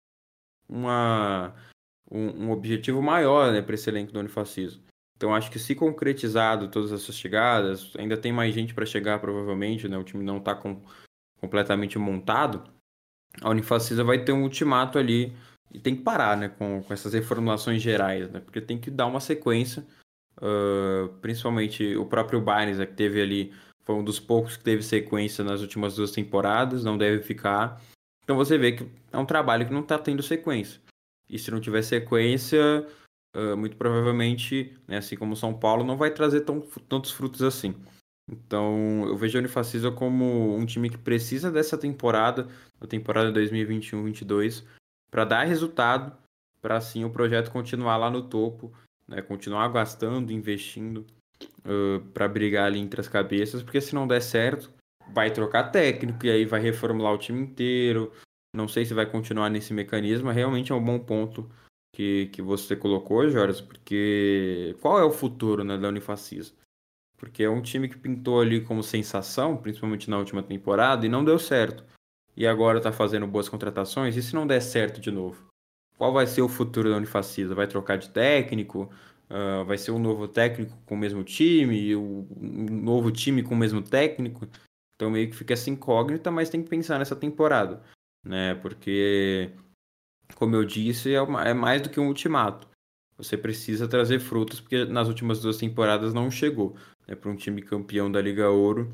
Speaker 2: uma, um objetivo maior, né, para esse elenco do Unifacisa. Então acho que se concretizado todas essas chegadas, ainda tem mais gente para chegar provavelmente, né? O time não está completamente montado. A Unifacisa vai ter um ultimato ali e tem que parar, né, com essas reformulações gerais, né? Porque tem que dar uma sequência. Principalmente o próprio Barnes, né, que teve ali, foi um dos poucos que teve sequência nas últimas 2 temporadas, não deve ficar. Então você vê que é um trabalho que não está tendo sequência. E se não tiver sequência, muito provavelmente, né, assim como o São Paulo, não vai trazer tantos frutos assim. Então eu vejo a Unifacisa como um time que precisa dessa temporada, a temporada 2021-22, para dar resultado, para assim o projeto continuar lá no topo, né, continuar gastando, investindo para brigar ali entre as cabeças, porque se não der certo, vai trocar técnico e aí vai reformular o time inteiro. Não sei se vai continuar nesse mecanismo, realmente é um bom ponto que você colocou, Jorge, porque qual é o futuro, né, da Unifacisa? Porque é um time que pintou ali como sensação, principalmente na última temporada, e não deu certo. E agora tá fazendo boas contratações, e se não der certo de novo? Qual vai ser o futuro da Unifacisa? Vai trocar de técnico? Vai ser um novo técnico com o mesmo time? Um novo time com o mesmo técnico? Então meio que fica essa incógnita, mas tem que pensar nessa temporada, né? Porque, como eu disse, é mais do que um ultimato. Você precisa trazer frutos, porque nas últimas 2 temporadas não chegou, né? Para um time campeão da Liga Ouro,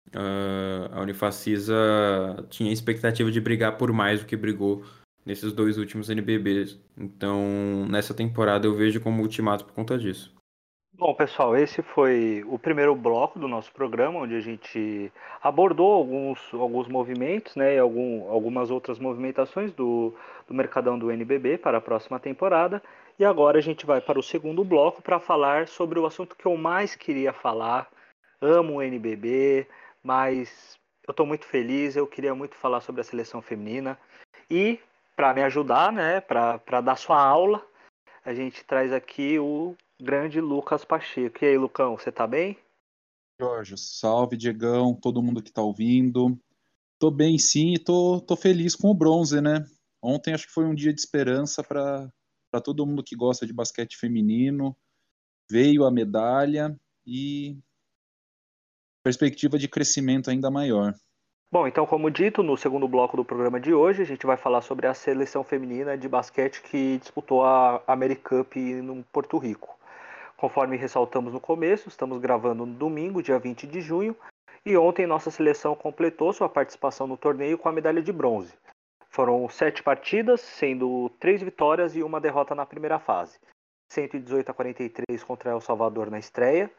Speaker 2: a Unifacisa tinha expectativa de brigar por mais do que brigou nesses 2 últimos NBBs. Então, nessa temporada eu vejo como ultimato por conta disso.
Speaker 1: Bom, pessoal, esse foi o primeiro bloco do nosso programa, onde a gente abordou alguns movimentos, né, e algumas outras movimentações do Mercadão do NBB para a próxima temporada. E agora a gente vai para o segundo bloco para falar sobre o assunto que eu mais queria falar. Amo o NBB, mas eu estou muito feliz, eu queria muito falar sobre a seleção feminina. E para me ajudar, né, para dar sua aula, a gente traz aqui o grande Lucas Pacheco. E aí, Lucão, você tá bem?
Speaker 3: Jorge, salve, Diegão, todo mundo que tá ouvindo. Tô bem, sim, e tô feliz com o bronze, né? Ontem acho que foi um dia de esperança para todo mundo que gosta de basquete feminino. Veio a medalha e perspectiva de crescimento ainda maior.
Speaker 1: Bom, então, como dito, no segundo bloco do programa de hoje, a gente vai falar sobre a seleção feminina de basquete que disputou a AmeriCup no Porto Rico. Conforme ressaltamos no começo, estamos gravando no domingo, dia 20 de junho, e ontem nossa seleção completou sua participação no torneio com a medalha de bronze. Foram 7 partidas, sendo 3 vitórias e uma derrota na primeira fase. 118-43 contra El Salvador na estreia,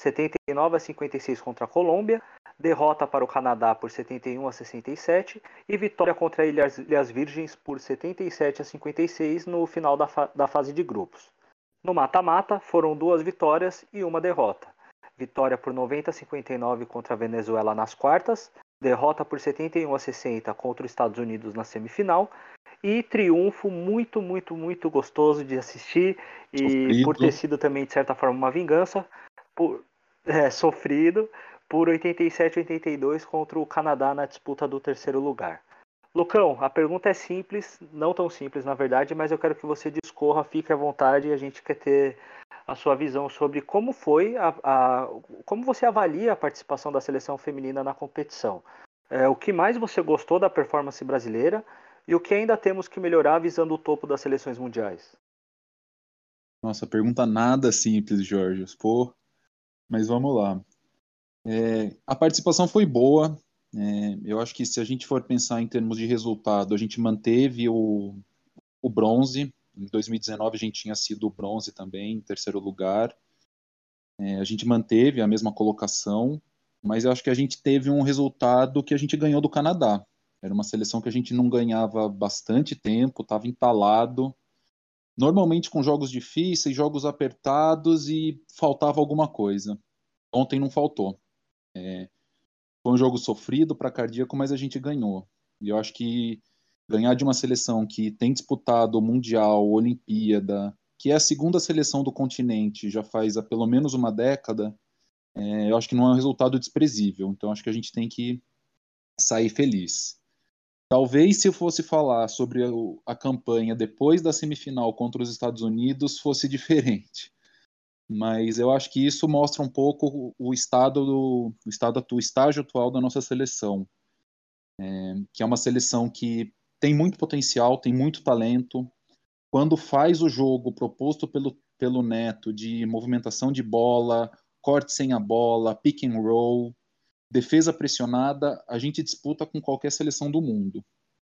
Speaker 1: 79-56 contra a Colômbia, derrota para o Canadá por 71-67 e vitória contra a Ilhas Virgens por 77-56 no final da fase de grupos. No mata-mata, foram 2 vitórias e uma derrota. Vitória por 90-59 contra a Venezuela nas quartas, derrota por 71-60 contra os Estados Unidos na semifinal e triunfo muito, muito, muito gostoso de assistir e por ter
Speaker 3: Sofrido.
Speaker 1: sido também, de certa forma, uma vingança, por, sofrido, por 87-82 contra o Canadá na disputa do terceiro lugar. Lucão, a pergunta é simples, não tão simples na verdade, mas eu quero que você discorra, fique à vontade e a gente quer ter a sua visão sobre como foi como você avalia a participação da seleção feminina na competição. O que mais você gostou da performance brasileira e o que ainda temos que melhorar visando o topo das seleções mundiais?
Speaker 3: Nossa, pergunta nada simples, Jorge. Pô, mas vamos lá. A participação foi boa. Eu acho que se a gente for pensar em termos de resultado, a gente manteve o bronze. Em 2019 a gente tinha sido o bronze também, em terceiro lugar. A gente manteve a mesma colocação, mas eu acho que a gente teve um resultado que a gente ganhou do Canadá. Era uma seleção que a gente não ganhava há bastante tempo, estava entalado, normalmente com jogos difíceis, jogos apertados e faltava alguma coisa. Ontem não faltou. Foi um jogo sofrido para cardíaco, mas a gente ganhou. E eu acho que ganhar de uma seleção que tem disputado o Mundial, Olimpíada, que é a segunda seleção do continente, já faz há pelo menos uma década, eu acho que não é um resultado desprezível. Então, acho que a gente tem que sair feliz. Talvez se eu fosse falar sobre a campanha depois da semifinal contra os Estados Unidos fosse diferente. Mas eu acho que isso mostra um pouco o estágio atual da nossa seleção, que é uma seleção que tem muito potencial, tem muito talento. Quando faz o jogo proposto pelo Neto de movimentação de bola, corte sem a bola, pick and roll, defesa pressionada, a gente disputa com qualquer seleção do mundo.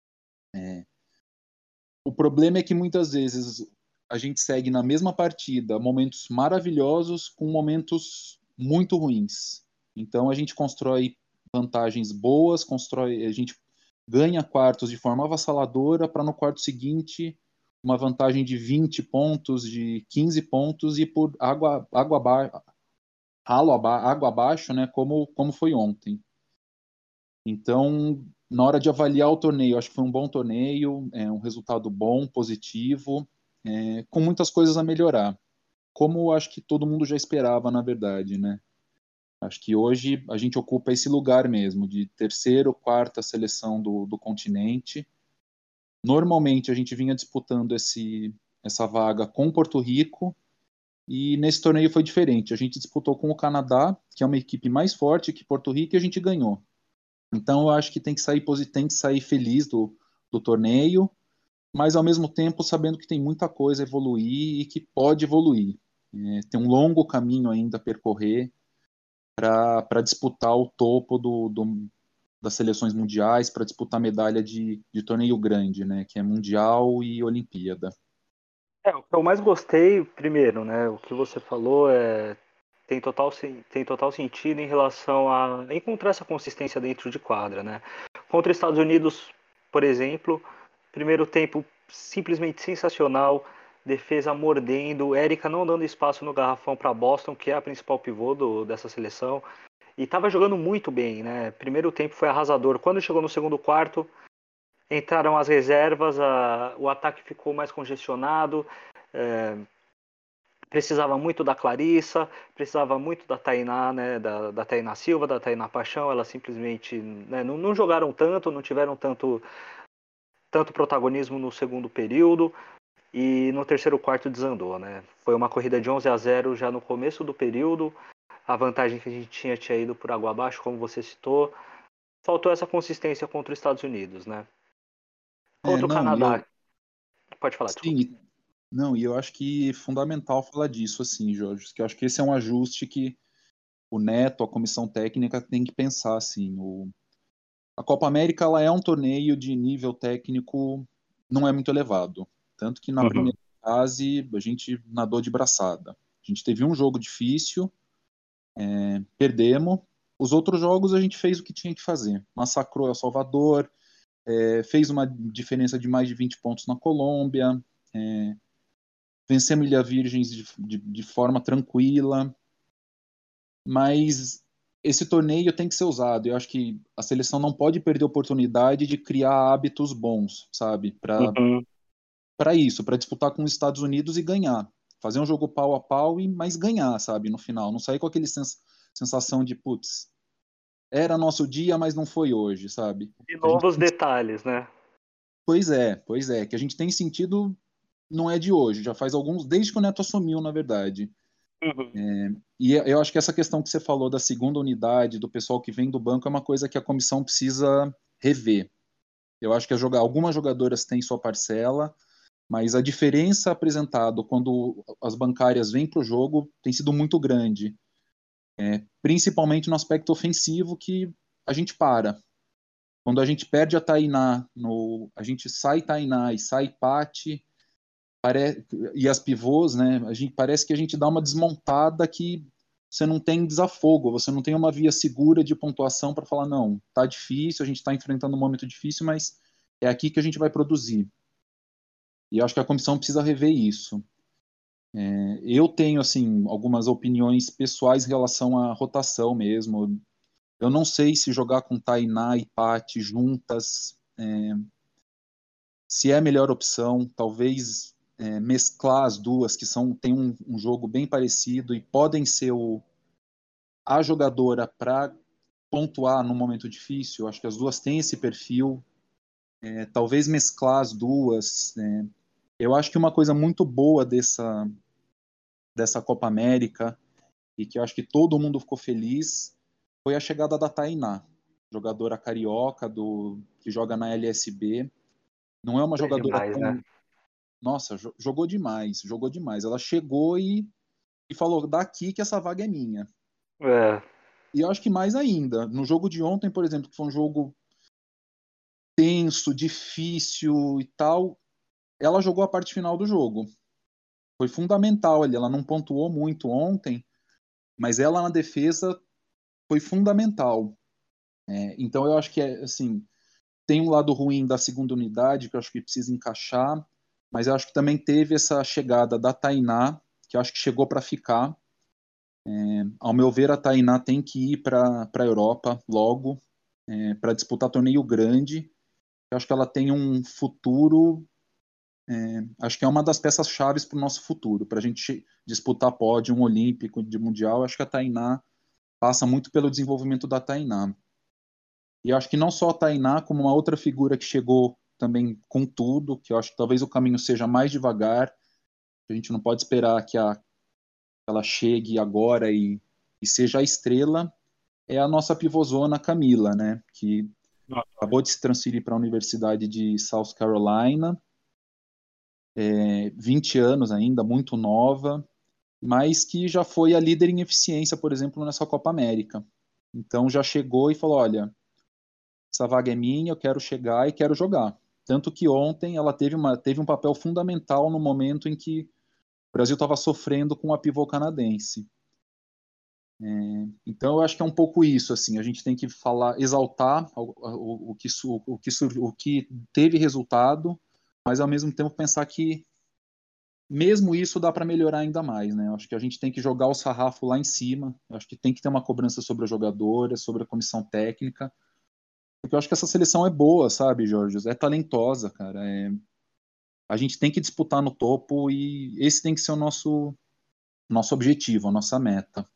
Speaker 3: O problema é que muitas vezes a gente segue na mesma partida momentos maravilhosos com momentos muito ruins. Então a gente constrói vantagens boas, a gente ganha quartos de forma avassaladora para no quarto seguinte uma vantagem de 20 pontos, de 15 pontos e por água abaixo, né, como foi ontem. Então, na hora de avaliar o torneio, acho que foi um bom torneio, um resultado bom, positivo, com muitas coisas a melhorar. Como acho que todo mundo já esperava, na verdade, né? Acho que hoje a gente ocupa esse lugar mesmo, de terceira ou quarta seleção do continente. Normalmente a gente vinha disputando essa vaga com Porto Rico, e nesse torneio foi diferente. A gente disputou com o Canadá, que é uma equipe mais forte que Porto Rico, e a gente ganhou. Então, eu acho que tem que sair feliz do torneio, mas ao mesmo tempo sabendo que tem muita coisa a evoluir e que pode evoluir. Tem um longo caminho ainda a percorrer para disputar o topo das seleções mundiais, para disputar medalha de torneio grande, né, que é Mundial e Olimpíada.
Speaker 1: O que eu mais gostei, primeiro, né, o que você falou tem total sentido em relação a encontrar essa consistência dentro de quadra, né? Contra os Estados Unidos, por exemplo, primeiro tempo simplesmente sensacional, defesa mordendo, Érica não dando espaço no garrafão para Boston, que é a principal pivô dessa seleção, e estava jogando muito bem, né? Primeiro tempo foi arrasador. Quando chegou no segundo quarto, entraram as reservas, o ataque ficou mais congestionado. É, precisava muito da Clarissa, precisava muito da Tainá, né, da Tainá Silva, da Tainá Paixão. Elas simplesmente, né, não jogaram tanto, não tiveram tanto protagonismo no segundo período, e no terceiro quarto desandou, né? Foi uma corrida de 11-0 já no começo do período. A vantagem que a gente tinha ido por água abaixo, como você citou. Faltou essa consistência contra os Estados Unidos, né? Contra o
Speaker 3: Não,
Speaker 1: Canadá. Pode falar, desculpa.
Speaker 3: sim, não, e eu acho que é fundamental falar disso, assim, Jorge, que eu acho que esse é um ajuste que o Neto, a comissão técnica, tem que pensar, assim. A Copa América, ela é um torneio de nível técnico não é muito elevado. Tanto que na
Speaker 1: Uhum.
Speaker 3: primeira fase a gente nadou de braçada. A gente teve um jogo difícil, perdemos. Os outros jogos a gente fez o que tinha que fazer. Massacrou El Salvador, fez uma diferença de mais de 20 pontos na Colômbia, vencemos Ilha Virgens de forma tranquila. Mas esse torneio tem que ser usado. Eu acho que a seleção não pode perder a oportunidade de criar hábitos bons, sabe?
Speaker 1: Uhum.
Speaker 3: Para isso, para disputar com os Estados Unidos e ganhar. Fazer um jogo pau a pau, mas ganhar, sabe? No final. Não sair com aquele sensação de, putz, era nosso dia, mas não foi hoje, sabe?
Speaker 1: De
Speaker 3: A gente,
Speaker 1: novo os detalhes, né?
Speaker 3: pois é. Que a gente tem sentido não é de hoje, já faz alguns, desde que o Neto assumiu, na verdade.
Speaker 1: Uhum.
Speaker 3: E eu acho que essa questão que você falou da segunda unidade, do pessoal que vem do banco, é uma coisa que a comissão precisa rever. Eu acho que algumas jogadoras têm sua parcela, mas a diferença apresentada quando as bancárias vêm para o jogo tem sido muito grande, principalmente no aspecto ofensivo, que a gente para. Quando a gente perde a Tainá, a gente sai Tainá e sai Pati, e as pivôs, né? Parece que a gente dá uma desmontada que você não tem desafogo, você não tem uma via segura de pontuação para falar, não, tá difícil, a gente está enfrentando um momento difícil, mas é aqui que a gente vai produzir. E eu acho que a comissão precisa rever isso. Eu tenho, assim, algumas opiniões pessoais em relação à rotação mesmo. Eu não sei se jogar com Tainá e Pati juntas, se é a melhor opção, talvez mesclar as duas, que têm um jogo bem parecido e podem ser a jogadora para pontuar num momento difícil. Eu acho que as duas têm esse perfil. Talvez mesclar as duas. Eu acho que uma coisa muito boa dessa Copa América, e que eu acho que todo mundo ficou feliz, foi a chegada da Tainá, jogadora carioca que joga na LSB. Não é uma
Speaker 1: Foi
Speaker 3: jogadora
Speaker 1: demais, né?
Speaker 3: tão. Nossa, jogou demais, jogou demais. Ela chegou e falou: daqui que essa vaga é minha.
Speaker 1: É,
Speaker 3: E eu acho que mais ainda, no jogo de ontem, por exemplo, que foi um jogo tenso, difícil e tal, ela jogou a parte final do jogo. Foi fundamental ali. Ela não pontuou muito ontem, mas ela na defesa foi fundamental. Então eu acho que assim, tem um lado ruim da segunda unidade que eu acho que precisa encaixar, mas eu acho que também teve essa chegada da Tainá, que eu acho que chegou para ficar. Ao meu ver, a Tainá tem que ir para a Europa logo, para disputar torneio grande. Eu acho que ela tem um futuro. Acho que é uma das peças chaves para o nosso futuro, para a gente disputar pódio olímpico de mundial. Acho que a Tainá passa muito pelo desenvolvimento da Tainá. E acho que não só a Tainá, como uma outra figura que chegou também com tudo, que eu acho que talvez o caminho seja mais devagar, a gente não pode esperar que ela chegue agora e seja a estrela, é a nossa pivôzona Camila, né? Que acabou de se transferir para a Universidade de South Carolina, 20 anos ainda, muito nova, mas que já foi a líder em eficiência, por exemplo, nessa Copa América. Então já chegou e falou: olha, essa vaga é minha, eu quero chegar e quero jogar. Tanto que ontem ela teve um papel fundamental no momento em que o Brasil estava sofrendo com a pivô canadense. Então eu acho que é um pouco isso, assim, a gente tem que falar, exaltar o que teve resultado, mas ao mesmo tempo pensar que mesmo isso dá para melhorar ainda mais, né? Eu acho que a gente tem que jogar o sarrafo lá em cima, eu acho que tem que ter uma cobrança sobre a jogadora, sobre a comissão técnica, porque eu acho que essa seleção é boa, sabe, Jorge? É talentosa, cara. A gente tem que disputar no topo e esse tem que ser o nosso objetivo, a nossa meta.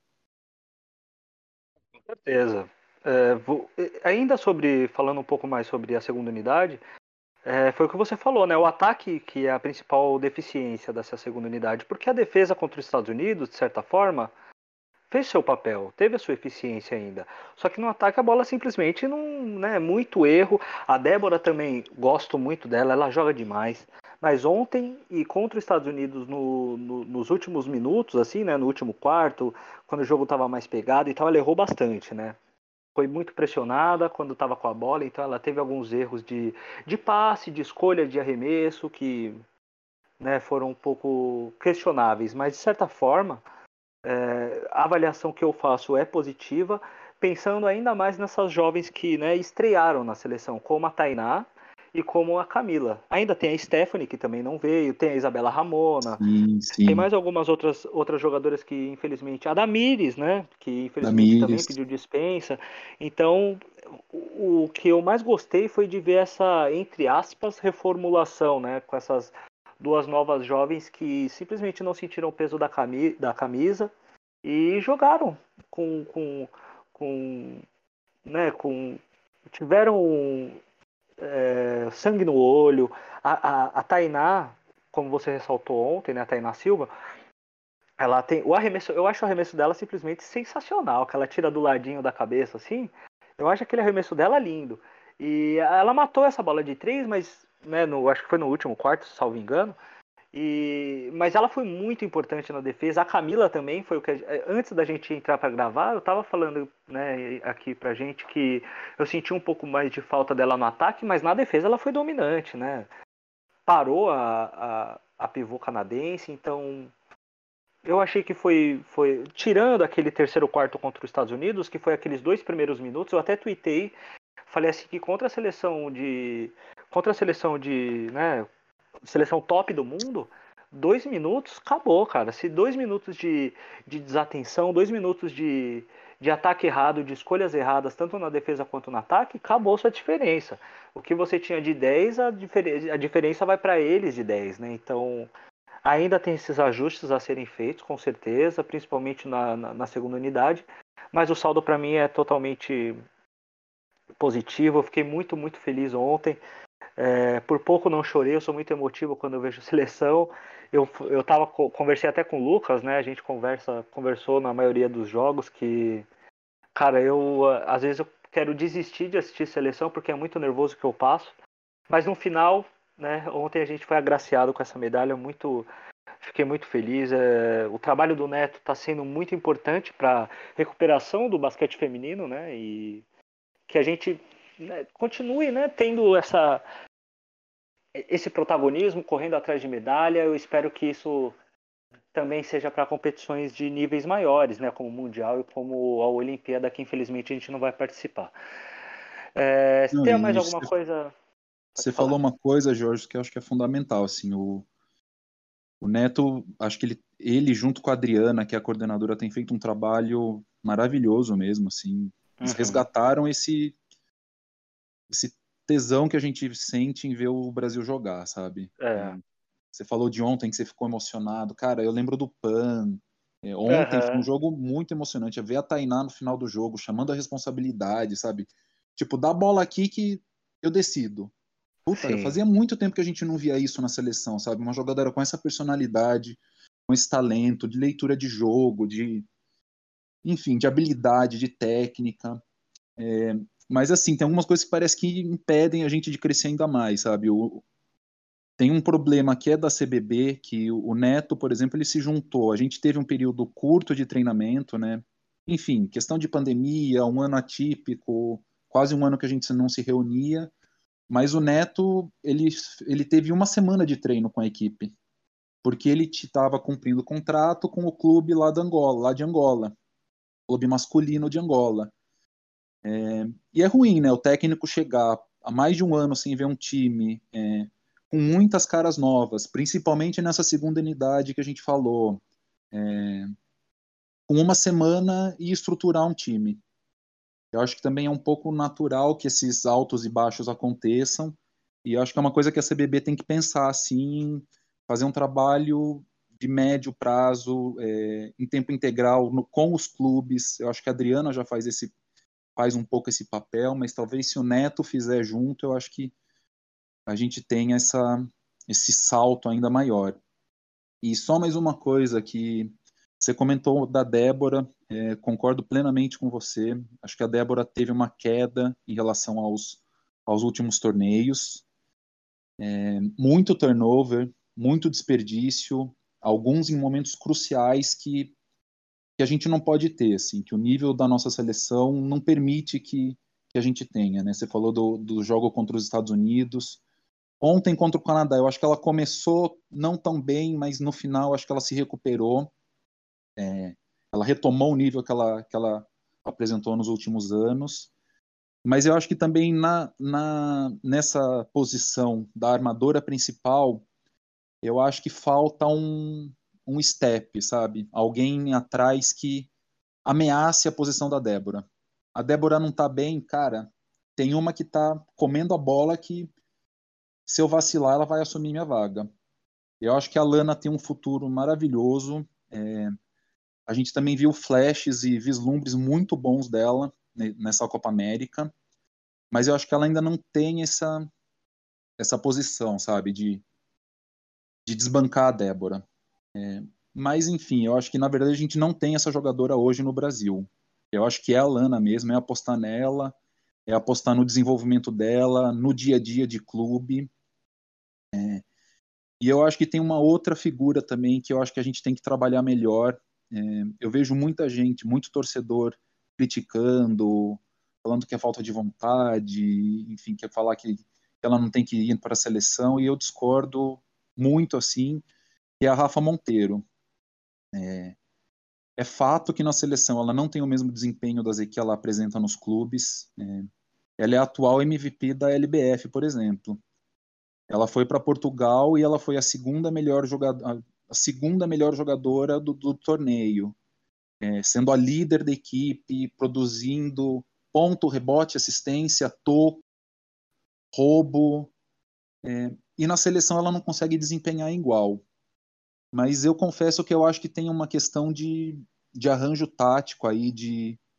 Speaker 1: com certeza. Ainda falando um pouco mais sobre a segunda unidade, foi o que você falou, né? O ataque que é a principal deficiência dessa segunda unidade, porque a defesa contra os Estados Unidos, de certa forma, fez seu papel, teve a sua eficiência ainda. Só que no ataque a bola simplesmente não, né, muito erro. A Débora também gosto muito dela, ela joga demais. Mas ontem e contra os Estados Unidos nos últimos minutos, assim, né, no último quarto, quando o jogo estava mais pegado e tal, ela errou bastante, né? Foi muito pressionada quando estava com a bola, então ela teve alguns erros de passe, de escolha de arremesso que, né, foram um pouco questionáveis, mas de certa forma a avaliação que eu faço é positiva, pensando ainda mais nessas jovens que, né, estrearam na seleção, como a Tainá e como a Camila. Ainda tem a Stephanie, que também não veio, tem a Isabela Ramona,
Speaker 3: Sim,
Speaker 1: tem
Speaker 3: sim.
Speaker 1: mais algumas outras jogadoras que, infelizmente, a Damires, né, que infelizmente também
Speaker 3: Damires.
Speaker 1: pediu dispensa. Então, o que eu mais gostei foi de ver essa, entre aspas, reformulação, né, com essas duas novas jovens que simplesmente não sentiram o peso da camisa e jogaram com, né, tiveram sangue no olho. A Tainá, como você ressaltou ontem, né, a Tainá Silva, ela tem o arremesso, eu acho o arremesso dela simplesmente sensacional, que ela tira do ladinho da cabeça assim. Eu acho aquele arremesso dela lindo. E ela matou essa bola de três, mas né, acho que foi no último quarto, salvo engano. Mas ela foi muito importante na defesa. A Camila também foi o que antes da gente entrar para gravar, eu estava falando, né, aqui pra gente que eu senti um pouco mais de falta dela no ataque, mas na defesa ela foi dominante, né? Parou a pivô canadense, então eu achei que foi tirando aquele terceiro quarto contra os Estados Unidos, que foi aqueles dois primeiros minutos, eu até tuitei, falei assim que contra a seleção de, né, seleção top do mundo, 2 minutos, acabou, cara. Se 2 minutos de desatenção, 2 minutos de ataque errado, de escolhas erradas, tanto na defesa quanto no ataque, acabou sua diferença. O que você tinha de 10, a diferença vai para eles de 10, né? Então, ainda tem esses ajustes a serem feitos, com certeza, principalmente na segunda unidade. Mas o saldo para mim é totalmente positivo. Eu fiquei muito, muito feliz ontem. Por pouco não chorei, eu sou muito emotivo quando eu vejo seleção. Conversei até com o Lucas, né? A gente conversou na maioria dos jogos que, cara, às vezes eu quero desistir de assistir seleção porque é muito nervoso que eu passo. Mas no final, né? Ontem a gente foi agraciado com essa medalha, fiquei muito feliz. O trabalho do Neto está sendo muito importante para a recuperação do basquete feminino, né? E que a gente, né, continue, né, tendo esse protagonismo, correndo atrás de medalha. Eu espero que isso também seja para competições de níveis maiores, né, como o Mundial e como a Olimpíada, que infelizmente a gente não vai participar.
Speaker 3: Não,
Speaker 1: Tem mais
Speaker 3: e
Speaker 1: alguma coisa? Pode
Speaker 3: você falou
Speaker 1: falar.
Speaker 3: uma coisa, Jorge, que eu acho que é fundamental, assim, o Neto, acho que ele junto com a Adriana, que é a coordenadora, tem feito um trabalho maravilhoso mesmo, assim, eles
Speaker 1: Uhum.
Speaker 3: resgataram esse tesão que a gente sente em ver o Brasil jogar, sabe?
Speaker 1: É.
Speaker 3: Você falou de ontem que você ficou emocionado. Cara, eu lembro do PAN. Ontem foi um
Speaker 1: Uhum.
Speaker 3: jogo muito emocionante. Ver a Tainá no final do jogo, chamando a responsabilidade, sabe? Tipo, dá a bola aqui que eu decido. Puta,
Speaker 1: Sim,
Speaker 3: fazia muito tempo que a gente não via isso na seleção, sabe? Uma jogadora com essa personalidade, com esse talento de leitura de jogo, enfim, de habilidade, de técnica. Mas assim, tem algumas coisas que parece que impedem a gente de crescer ainda mais, sabe? Tem um problema que é da CBB, que o Neto, por exemplo, ele se juntou. A gente teve um período curto de treinamento, né? Enfim, questão de pandemia, um ano atípico, quase um ano que a gente não se reunia. Mas o Neto, ele teve uma semana de treino com a equipe, porque ele estava cumprindo contrato com o clube lá da Angola, lá de Angola, clube masculino de Angola. E é ruim, né? O técnico chegar há mais de um ano sem ver um time com muitas caras novas, principalmente nessa segunda unidade que a gente falou, com uma semana e estruturar um time. Eu acho que também é um pouco natural que esses altos e baixos aconteçam, e eu acho que é uma coisa que a CBB tem que pensar, assim, fazer um trabalho de médio prazo, em tempo integral, com os clubes. Eu acho que a Adriana já faz um pouco esse papel, mas talvez se o Neto fizer junto, eu acho que a gente tenha esse salto ainda maior. E só mais uma coisa que você comentou da Débora, concordo plenamente com você. Acho que a Débora teve uma queda em relação aos últimos torneios. Muito turnover, muito desperdício, alguns em momentos cruciais que a gente não pode ter, assim, que o nível da nossa seleção não permite que a gente tenha, né? Você falou do jogo contra os Estados Unidos. Ontem contra o Canadá, eu acho que ela começou não tão bem, mas no final acho que ela se recuperou. Ela retomou o nível que ela apresentou nos últimos anos. Mas eu acho que também nessa posição da armadora principal, eu acho que falta um step, sabe? Alguém atrás que ameace a posição da Débora. A Débora não tá bem, cara. Tem uma que tá comendo a bola que, se eu vacilar, ela vai assumir minha vaga. Eu acho que a Lana tem um futuro maravilhoso. A gente também viu flashes e vislumbres muito bons dela nessa Copa América, mas eu acho que ela ainda não tem essa posição, sabe, de desbancar a Débora. Mas, enfim, eu acho que na verdade a gente não tem essa jogadora hoje no Brasil. Eu acho que é a Lana mesmo, é apostar nela, é apostar no desenvolvimento dela, no dia a dia de clube. E eu acho que tem uma outra figura também que eu acho que a gente tem que trabalhar melhor. Eu vejo muita gente, muito torcedor criticando, falando que é falta de vontade, enfim, quer falar que ela não tem que ir para a seleção, e eu discordo muito assim, que é a Rafa Monteiro. É fato que na seleção ela não tem o mesmo desempenho das que ela apresenta nos clubes. Ela é a atual MVP da LBF, por exemplo. Ela foi para Portugal e ela foi a segunda melhor jogadora do torneio, sendo a líder da equipe, produzindo ponto, rebote, assistência, toco, roubo. E na seleção ela não consegue desempenhar igual. Mas eu confesso que eu acho que tem uma questão de arranjo tático aí,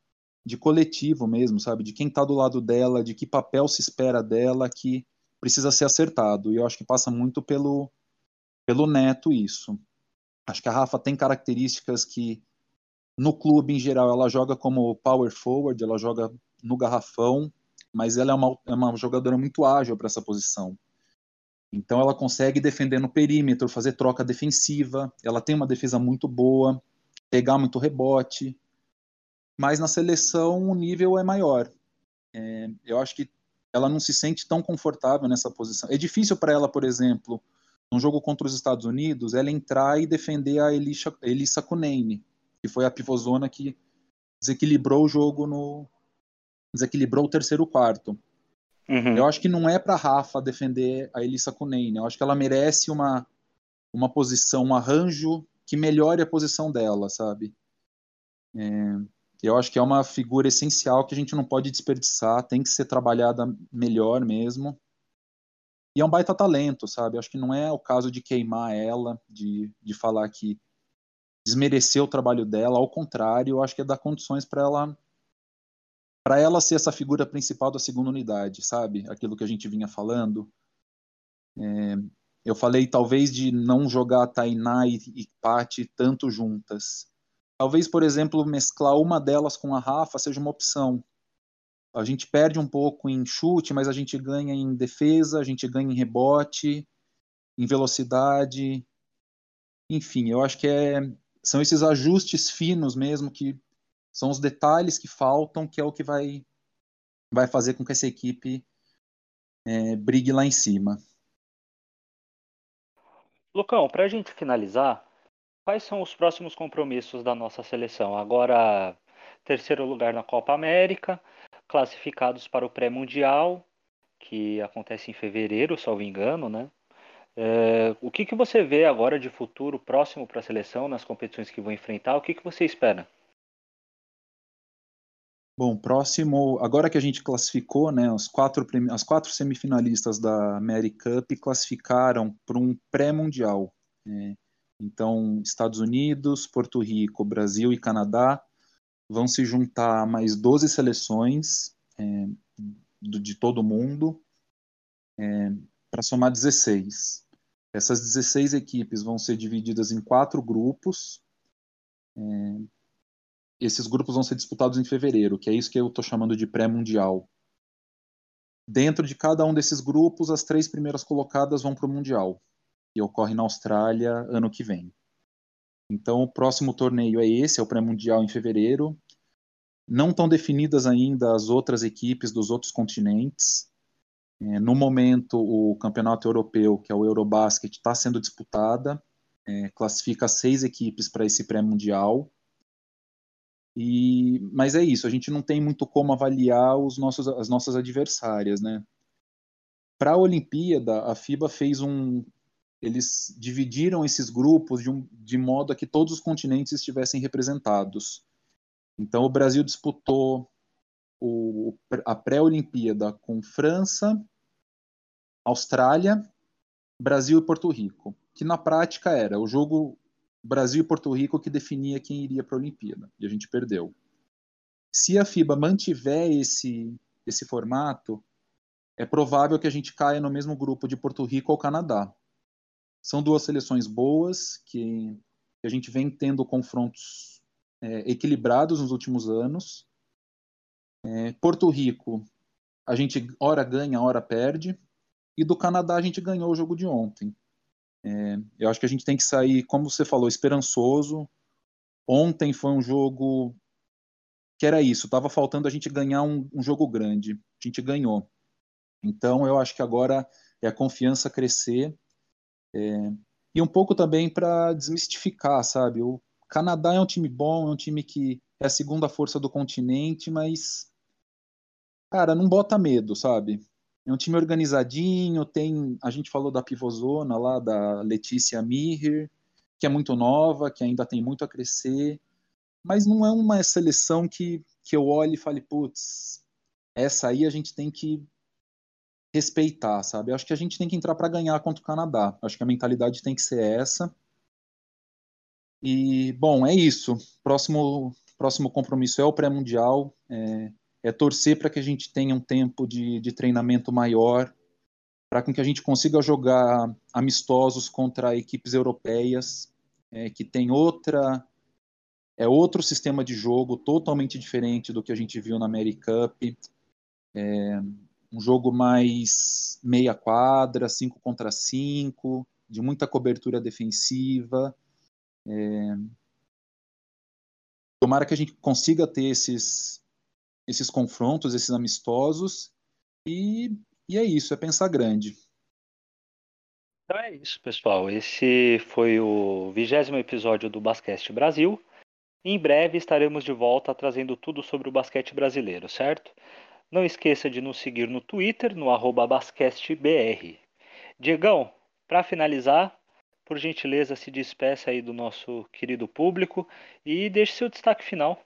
Speaker 3: de coletivo mesmo, sabe? De quem está do lado dela, de que papel se espera dela, que precisa ser acertado. E eu acho que passa muito pelo Neto isso. Acho que a Rafa tem características que, no clube em geral, ela joga como power forward, ela joga no garrafão, mas ela é uma jogadora muito ágil para essa posição. Então ela consegue defender no perímetro, fazer troca defensiva, ela tem uma defesa muito boa, pegar muito rebote, mas na seleção o nível é maior. Eu acho que ela não se sente tão confortável nessa posição. É difícil para ela, por exemplo, num jogo contra os Estados Unidos, ela entrar e defender a Elissa Cunene, que foi a pivôzona que desequilibrou o jogo desequilibrou o terceiro quarto.
Speaker 1: Uhum.
Speaker 3: Eu acho que não é para a Rafa defender a Elissa Cunene. Eu acho que ela merece uma posição, um arranjo que melhore a posição dela, sabe? Eu acho que é uma figura essencial que a gente não pode desperdiçar, tem que ser trabalhada melhor mesmo. E é um baita talento, sabe? Acho que não é o caso de queimar ela, de falar que desmerecer o trabalho dela, ao contrário, eu acho que é dar condições para ela ser essa figura principal da segunda unidade, sabe? Aquilo que a gente vinha falando. Eu falei talvez de não jogar Tainá e Paty tanto juntas. Talvez, por exemplo, mesclar uma delas com a Rafa seja uma opção. A gente perde um pouco em chute, mas a gente ganha em defesa, a gente ganha em rebote, em velocidade. Enfim, eu acho que são esses ajustes finos mesmo, que são os detalhes que faltam, que é o que vai fazer com que essa equipe brigue lá em cima.
Speaker 1: Lucão, para a gente finalizar, quais são os próximos compromissos da nossa seleção? Agora, terceiro lugar na Copa América, classificados para o pré-mundial, que acontece em fevereiro, salvo engano, né? O que que você vê agora de futuro próximo para a seleção nas competições que vão enfrentar? O que que você espera?
Speaker 3: Bom, próximo, agora que a gente classificou, né, as quatro semifinalistas da America Cup classificaram para um pré-mundial. né? Então, Estados Unidos, Porto Rico, Brasil e Canadá vão se juntar a mais 12 seleções de todo mundo para somar 16. Essas 16 equipes vão ser divididas em quatro grupos. Esses grupos vão ser disputados em fevereiro, que é isso que eu estou chamando de pré-mundial. Dentro de cada um desses grupos, as três primeiras colocadas vão para o Mundial, que ocorre na Austrália ano que vem. Então, o próximo torneio é esse, é o pré-mundial em fevereiro. Não estão definidas ainda as outras equipes dos outros continentes. No momento, o campeonato europeu, que é o Eurobasket, está sendo disputada. Classifica 6 equipes para esse pré-mundial. Mas é isso, a gente não tem muito como avaliar as nossas adversárias, né? Para a Olimpíada, a FIBA fez eles dividiram esses grupos de modo a que todos os continentes estivessem representados. Então, o Brasil disputou a pré-Olimpíada com França, Austrália, Brasil e Porto Rico, que na prática era o jogo Brasil e Porto Rico que definia quem iria para a Olimpíada, e a gente perdeu. Se a FIBA mantiver esse formato, é provável que a gente caia no mesmo grupo de Porto Rico ou Canadá. São duas seleções boas que a gente vem tendo confrontos equilibrados nos últimos anos. Porto Rico, a gente ora ganha, ora perde. E do Canadá a gente ganhou o jogo de ontem. Eu acho que a gente tem que sair, como você falou, esperançoso. Ontem foi um jogo que era isso, estava faltando a gente ganhar um jogo grande. A gente ganhou. Então eu acho que agora é a confiança crescer. E um pouco também para desmistificar, sabe? O Canadá é um time bom, é um time que é a segunda força do continente, mas, cara, não bota medo, sabe? É um time organizadinho, a gente falou da pivôzona lá, da Letícia Mihir, que é muito nova, que ainda tem muito a crescer, mas não é uma seleção que eu olhe e fale, putz, essa aí a gente tem que respeitar, sabe? Eu acho que a gente tem que entrar para ganhar contra o Canadá. Acho que a mentalidade tem que ser essa. E, bom, é isso. próximo compromisso é o pré-mundial, é torcer para que a gente tenha um tempo de treinamento maior, para que a gente consiga jogar amistosos contra equipes europeias, que tem outro sistema de jogo totalmente diferente do que a gente viu na AmeriCup, um jogo mais meia quadra, 5 contra 5, de muita cobertura defensiva. Tomara que a gente consiga ter esses confrontos, esses amistosos, e, e é isso, é pensar grande.
Speaker 1: Então é isso, pessoal. Esse foi o 20º episódio do Basquete Brasil. Em breve estaremos de volta trazendo tudo sobre o basquete brasileiro, certo? Não esqueça de nos seguir no Twitter, no @basquetebr. Diegão, para finalizar, por gentileza, se despeça aí do nosso querido público e deixe seu destaque final.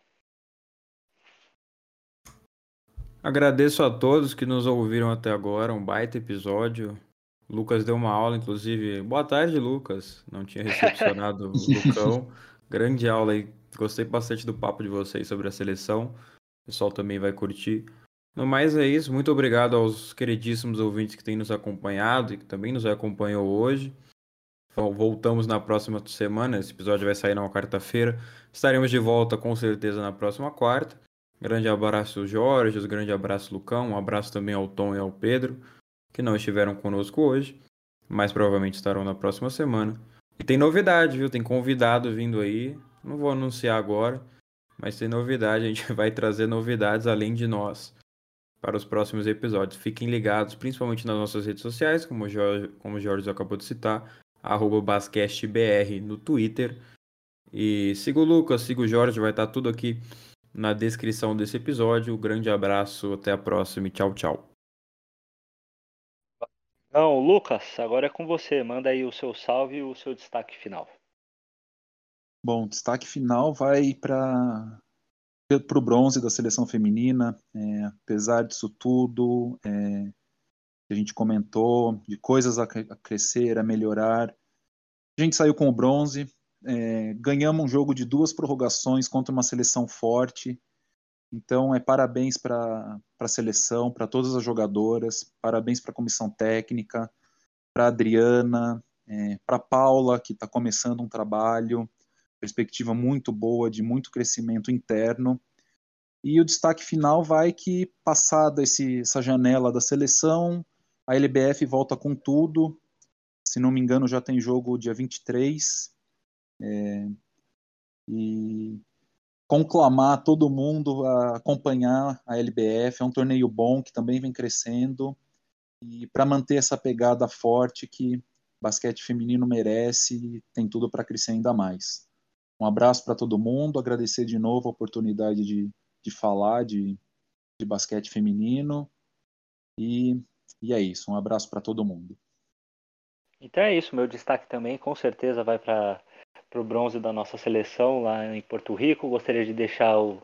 Speaker 2: Agradeço a todos que nos ouviram até agora, um baita episódio. O Lucas deu uma aula, inclusive. Boa tarde, Lucas. Não tinha recepcionado o Lucão. Grande aula aí. Gostei bastante do papo de vocês sobre a seleção. O pessoal também vai curtir. No mais é isso. Muito obrigado aos queridíssimos ouvintes que têm nos acompanhado e que também nos acompanhou hoje. Voltamos na próxima semana. Esse episódio vai sair na quarta-feira. Estaremos de volta com certeza na próxima quarta. Grande abraço, Jorge. Grande abraço, Lucão. Um abraço também ao Tom e ao Pedro, que não estiveram conosco hoje, mas provavelmente estarão na próxima semana. E tem novidade, viu? Tem convidado vindo aí. Não vou anunciar agora, mas tem novidade. A gente vai trazer novidades além de nós para os próximos episódios. Fiquem ligados, principalmente nas nossas redes sociais, como o Jorge acabou de citar, @basquetebr no Twitter. E siga o Lucas, siga o Jorge, vai estar tudo aqui na descrição desse episódio. Um grande abraço, até a próxima e tchau, tchau.
Speaker 1: Não, Lucas, agora é com você. Manda aí o seu salve e o seu destaque final.
Speaker 3: Bom, destaque final vai para o bronze da seleção feminina. Apesar disso tudo, que a gente comentou, de coisas a crescer, a melhorar, a gente saiu com o bronze. Ganhamos um jogo de 2 prorrogações contra uma seleção forte. Então, parabéns para a seleção, para todas as jogadoras, parabéns para a comissão técnica, para a Adriana, para a Paula, que está começando um trabalho, perspectiva muito boa, de muito crescimento interno. E o destaque final vai que, passada essa janela da seleção, a LBF volta com tudo. Se não me engano, já tem jogo dia 23. E conclamar todo mundo a acompanhar a LBF. É um torneio bom que também vem crescendo. E para manter essa pegada forte que basquete feminino merece e tem tudo para crescer ainda mais. Um abraço para todo mundo, agradecer de novo a oportunidade de falar de basquete feminino e, e é isso. Um abraço para todo mundo.
Speaker 1: Então é isso, meu destaque também com certeza vai para o bronze da nossa seleção lá em Porto Rico. Gostaria de deixar o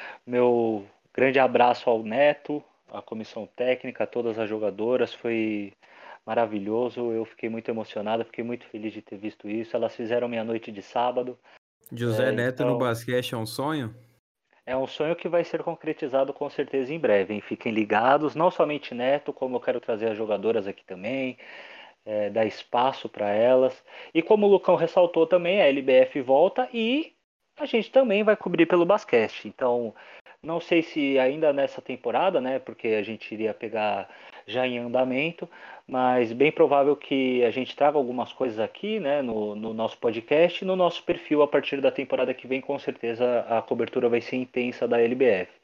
Speaker 1: meu grande abraço ao Neto, à comissão técnica, a todas as jogadoras. Foi maravilhoso, eu fiquei muito emocionado, fiquei muito feliz de ter visto isso. Elas fizeram minha noite de sábado.
Speaker 2: José Neto no
Speaker 1: Então
Speaker 2: basquete é um sonho?
Speaker 1: é um sonho que vai ser concretizado com certeza em breve, hein? Fiquem ligados, não somente Neto, como eu quero trazer as jogadoras aqui também, dar espaço para elas. E como o Lucão ressaltou também, a LBF volta e a gente também vai cobrir pelo basquete. Então, não sei se ainda nessa temporada, né? Porque a gente iria pegar já em andamento, mas bem provável que a gente traga algumas coisas aqui, né? No nosso podcast, no nosso perfil a partir da temporada que vem, com certeza a cobertura vai ser intensa da LBF.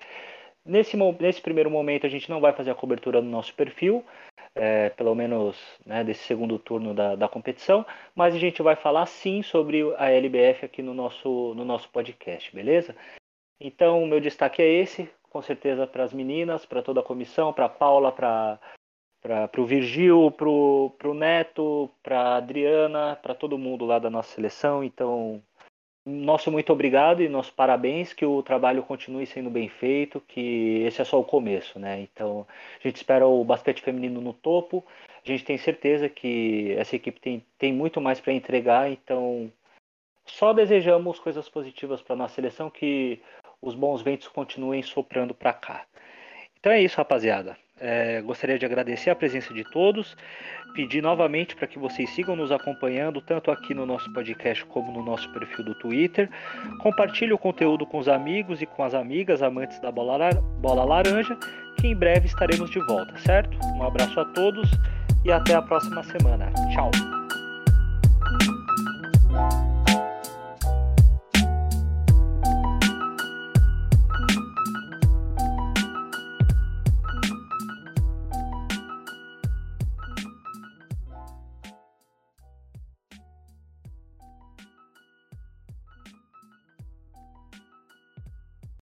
Speaker 1: Nesse primeiro momento a gente não vai fazer a cobertura no nosso perfil, pelo menos, né, desse segundo turno da competição, mas a gente vai falar sim sobre a LBF aqui no nosso podcast, beleza? Então, o meu destaque é esse, com certeza para as meninas, para toda a comissão, para a Paula, para o Virgil, para o Neto, para a Adriana, para todo mundo lá da nossa seleção. Então, nosso muito obrigado e nossos parabéns, que o trabalho continue sendo bem feito, que esse é só o começo, né? Então, a gente espera o basquete feminino no topo. A gente tem certeza que essa equipe tem muito mais para entregar, então só desejamos coisas positivas para nossa seleção, que os bons ventos continuem soprando para cá. Então é isso, rapaziada. Gostaria de agradecer a presença de todos, pedir novamente para que vocês sigam nos acompanhando, tanto aqui no nosso podcast como no nosso perfil do Twitter. Compartilhe o conteúdo com os amigos e com as amigas amantes da bola laranja, que em breve estaremos de volta, certo? Um abraço a todos e até a próxima semana. Tchau!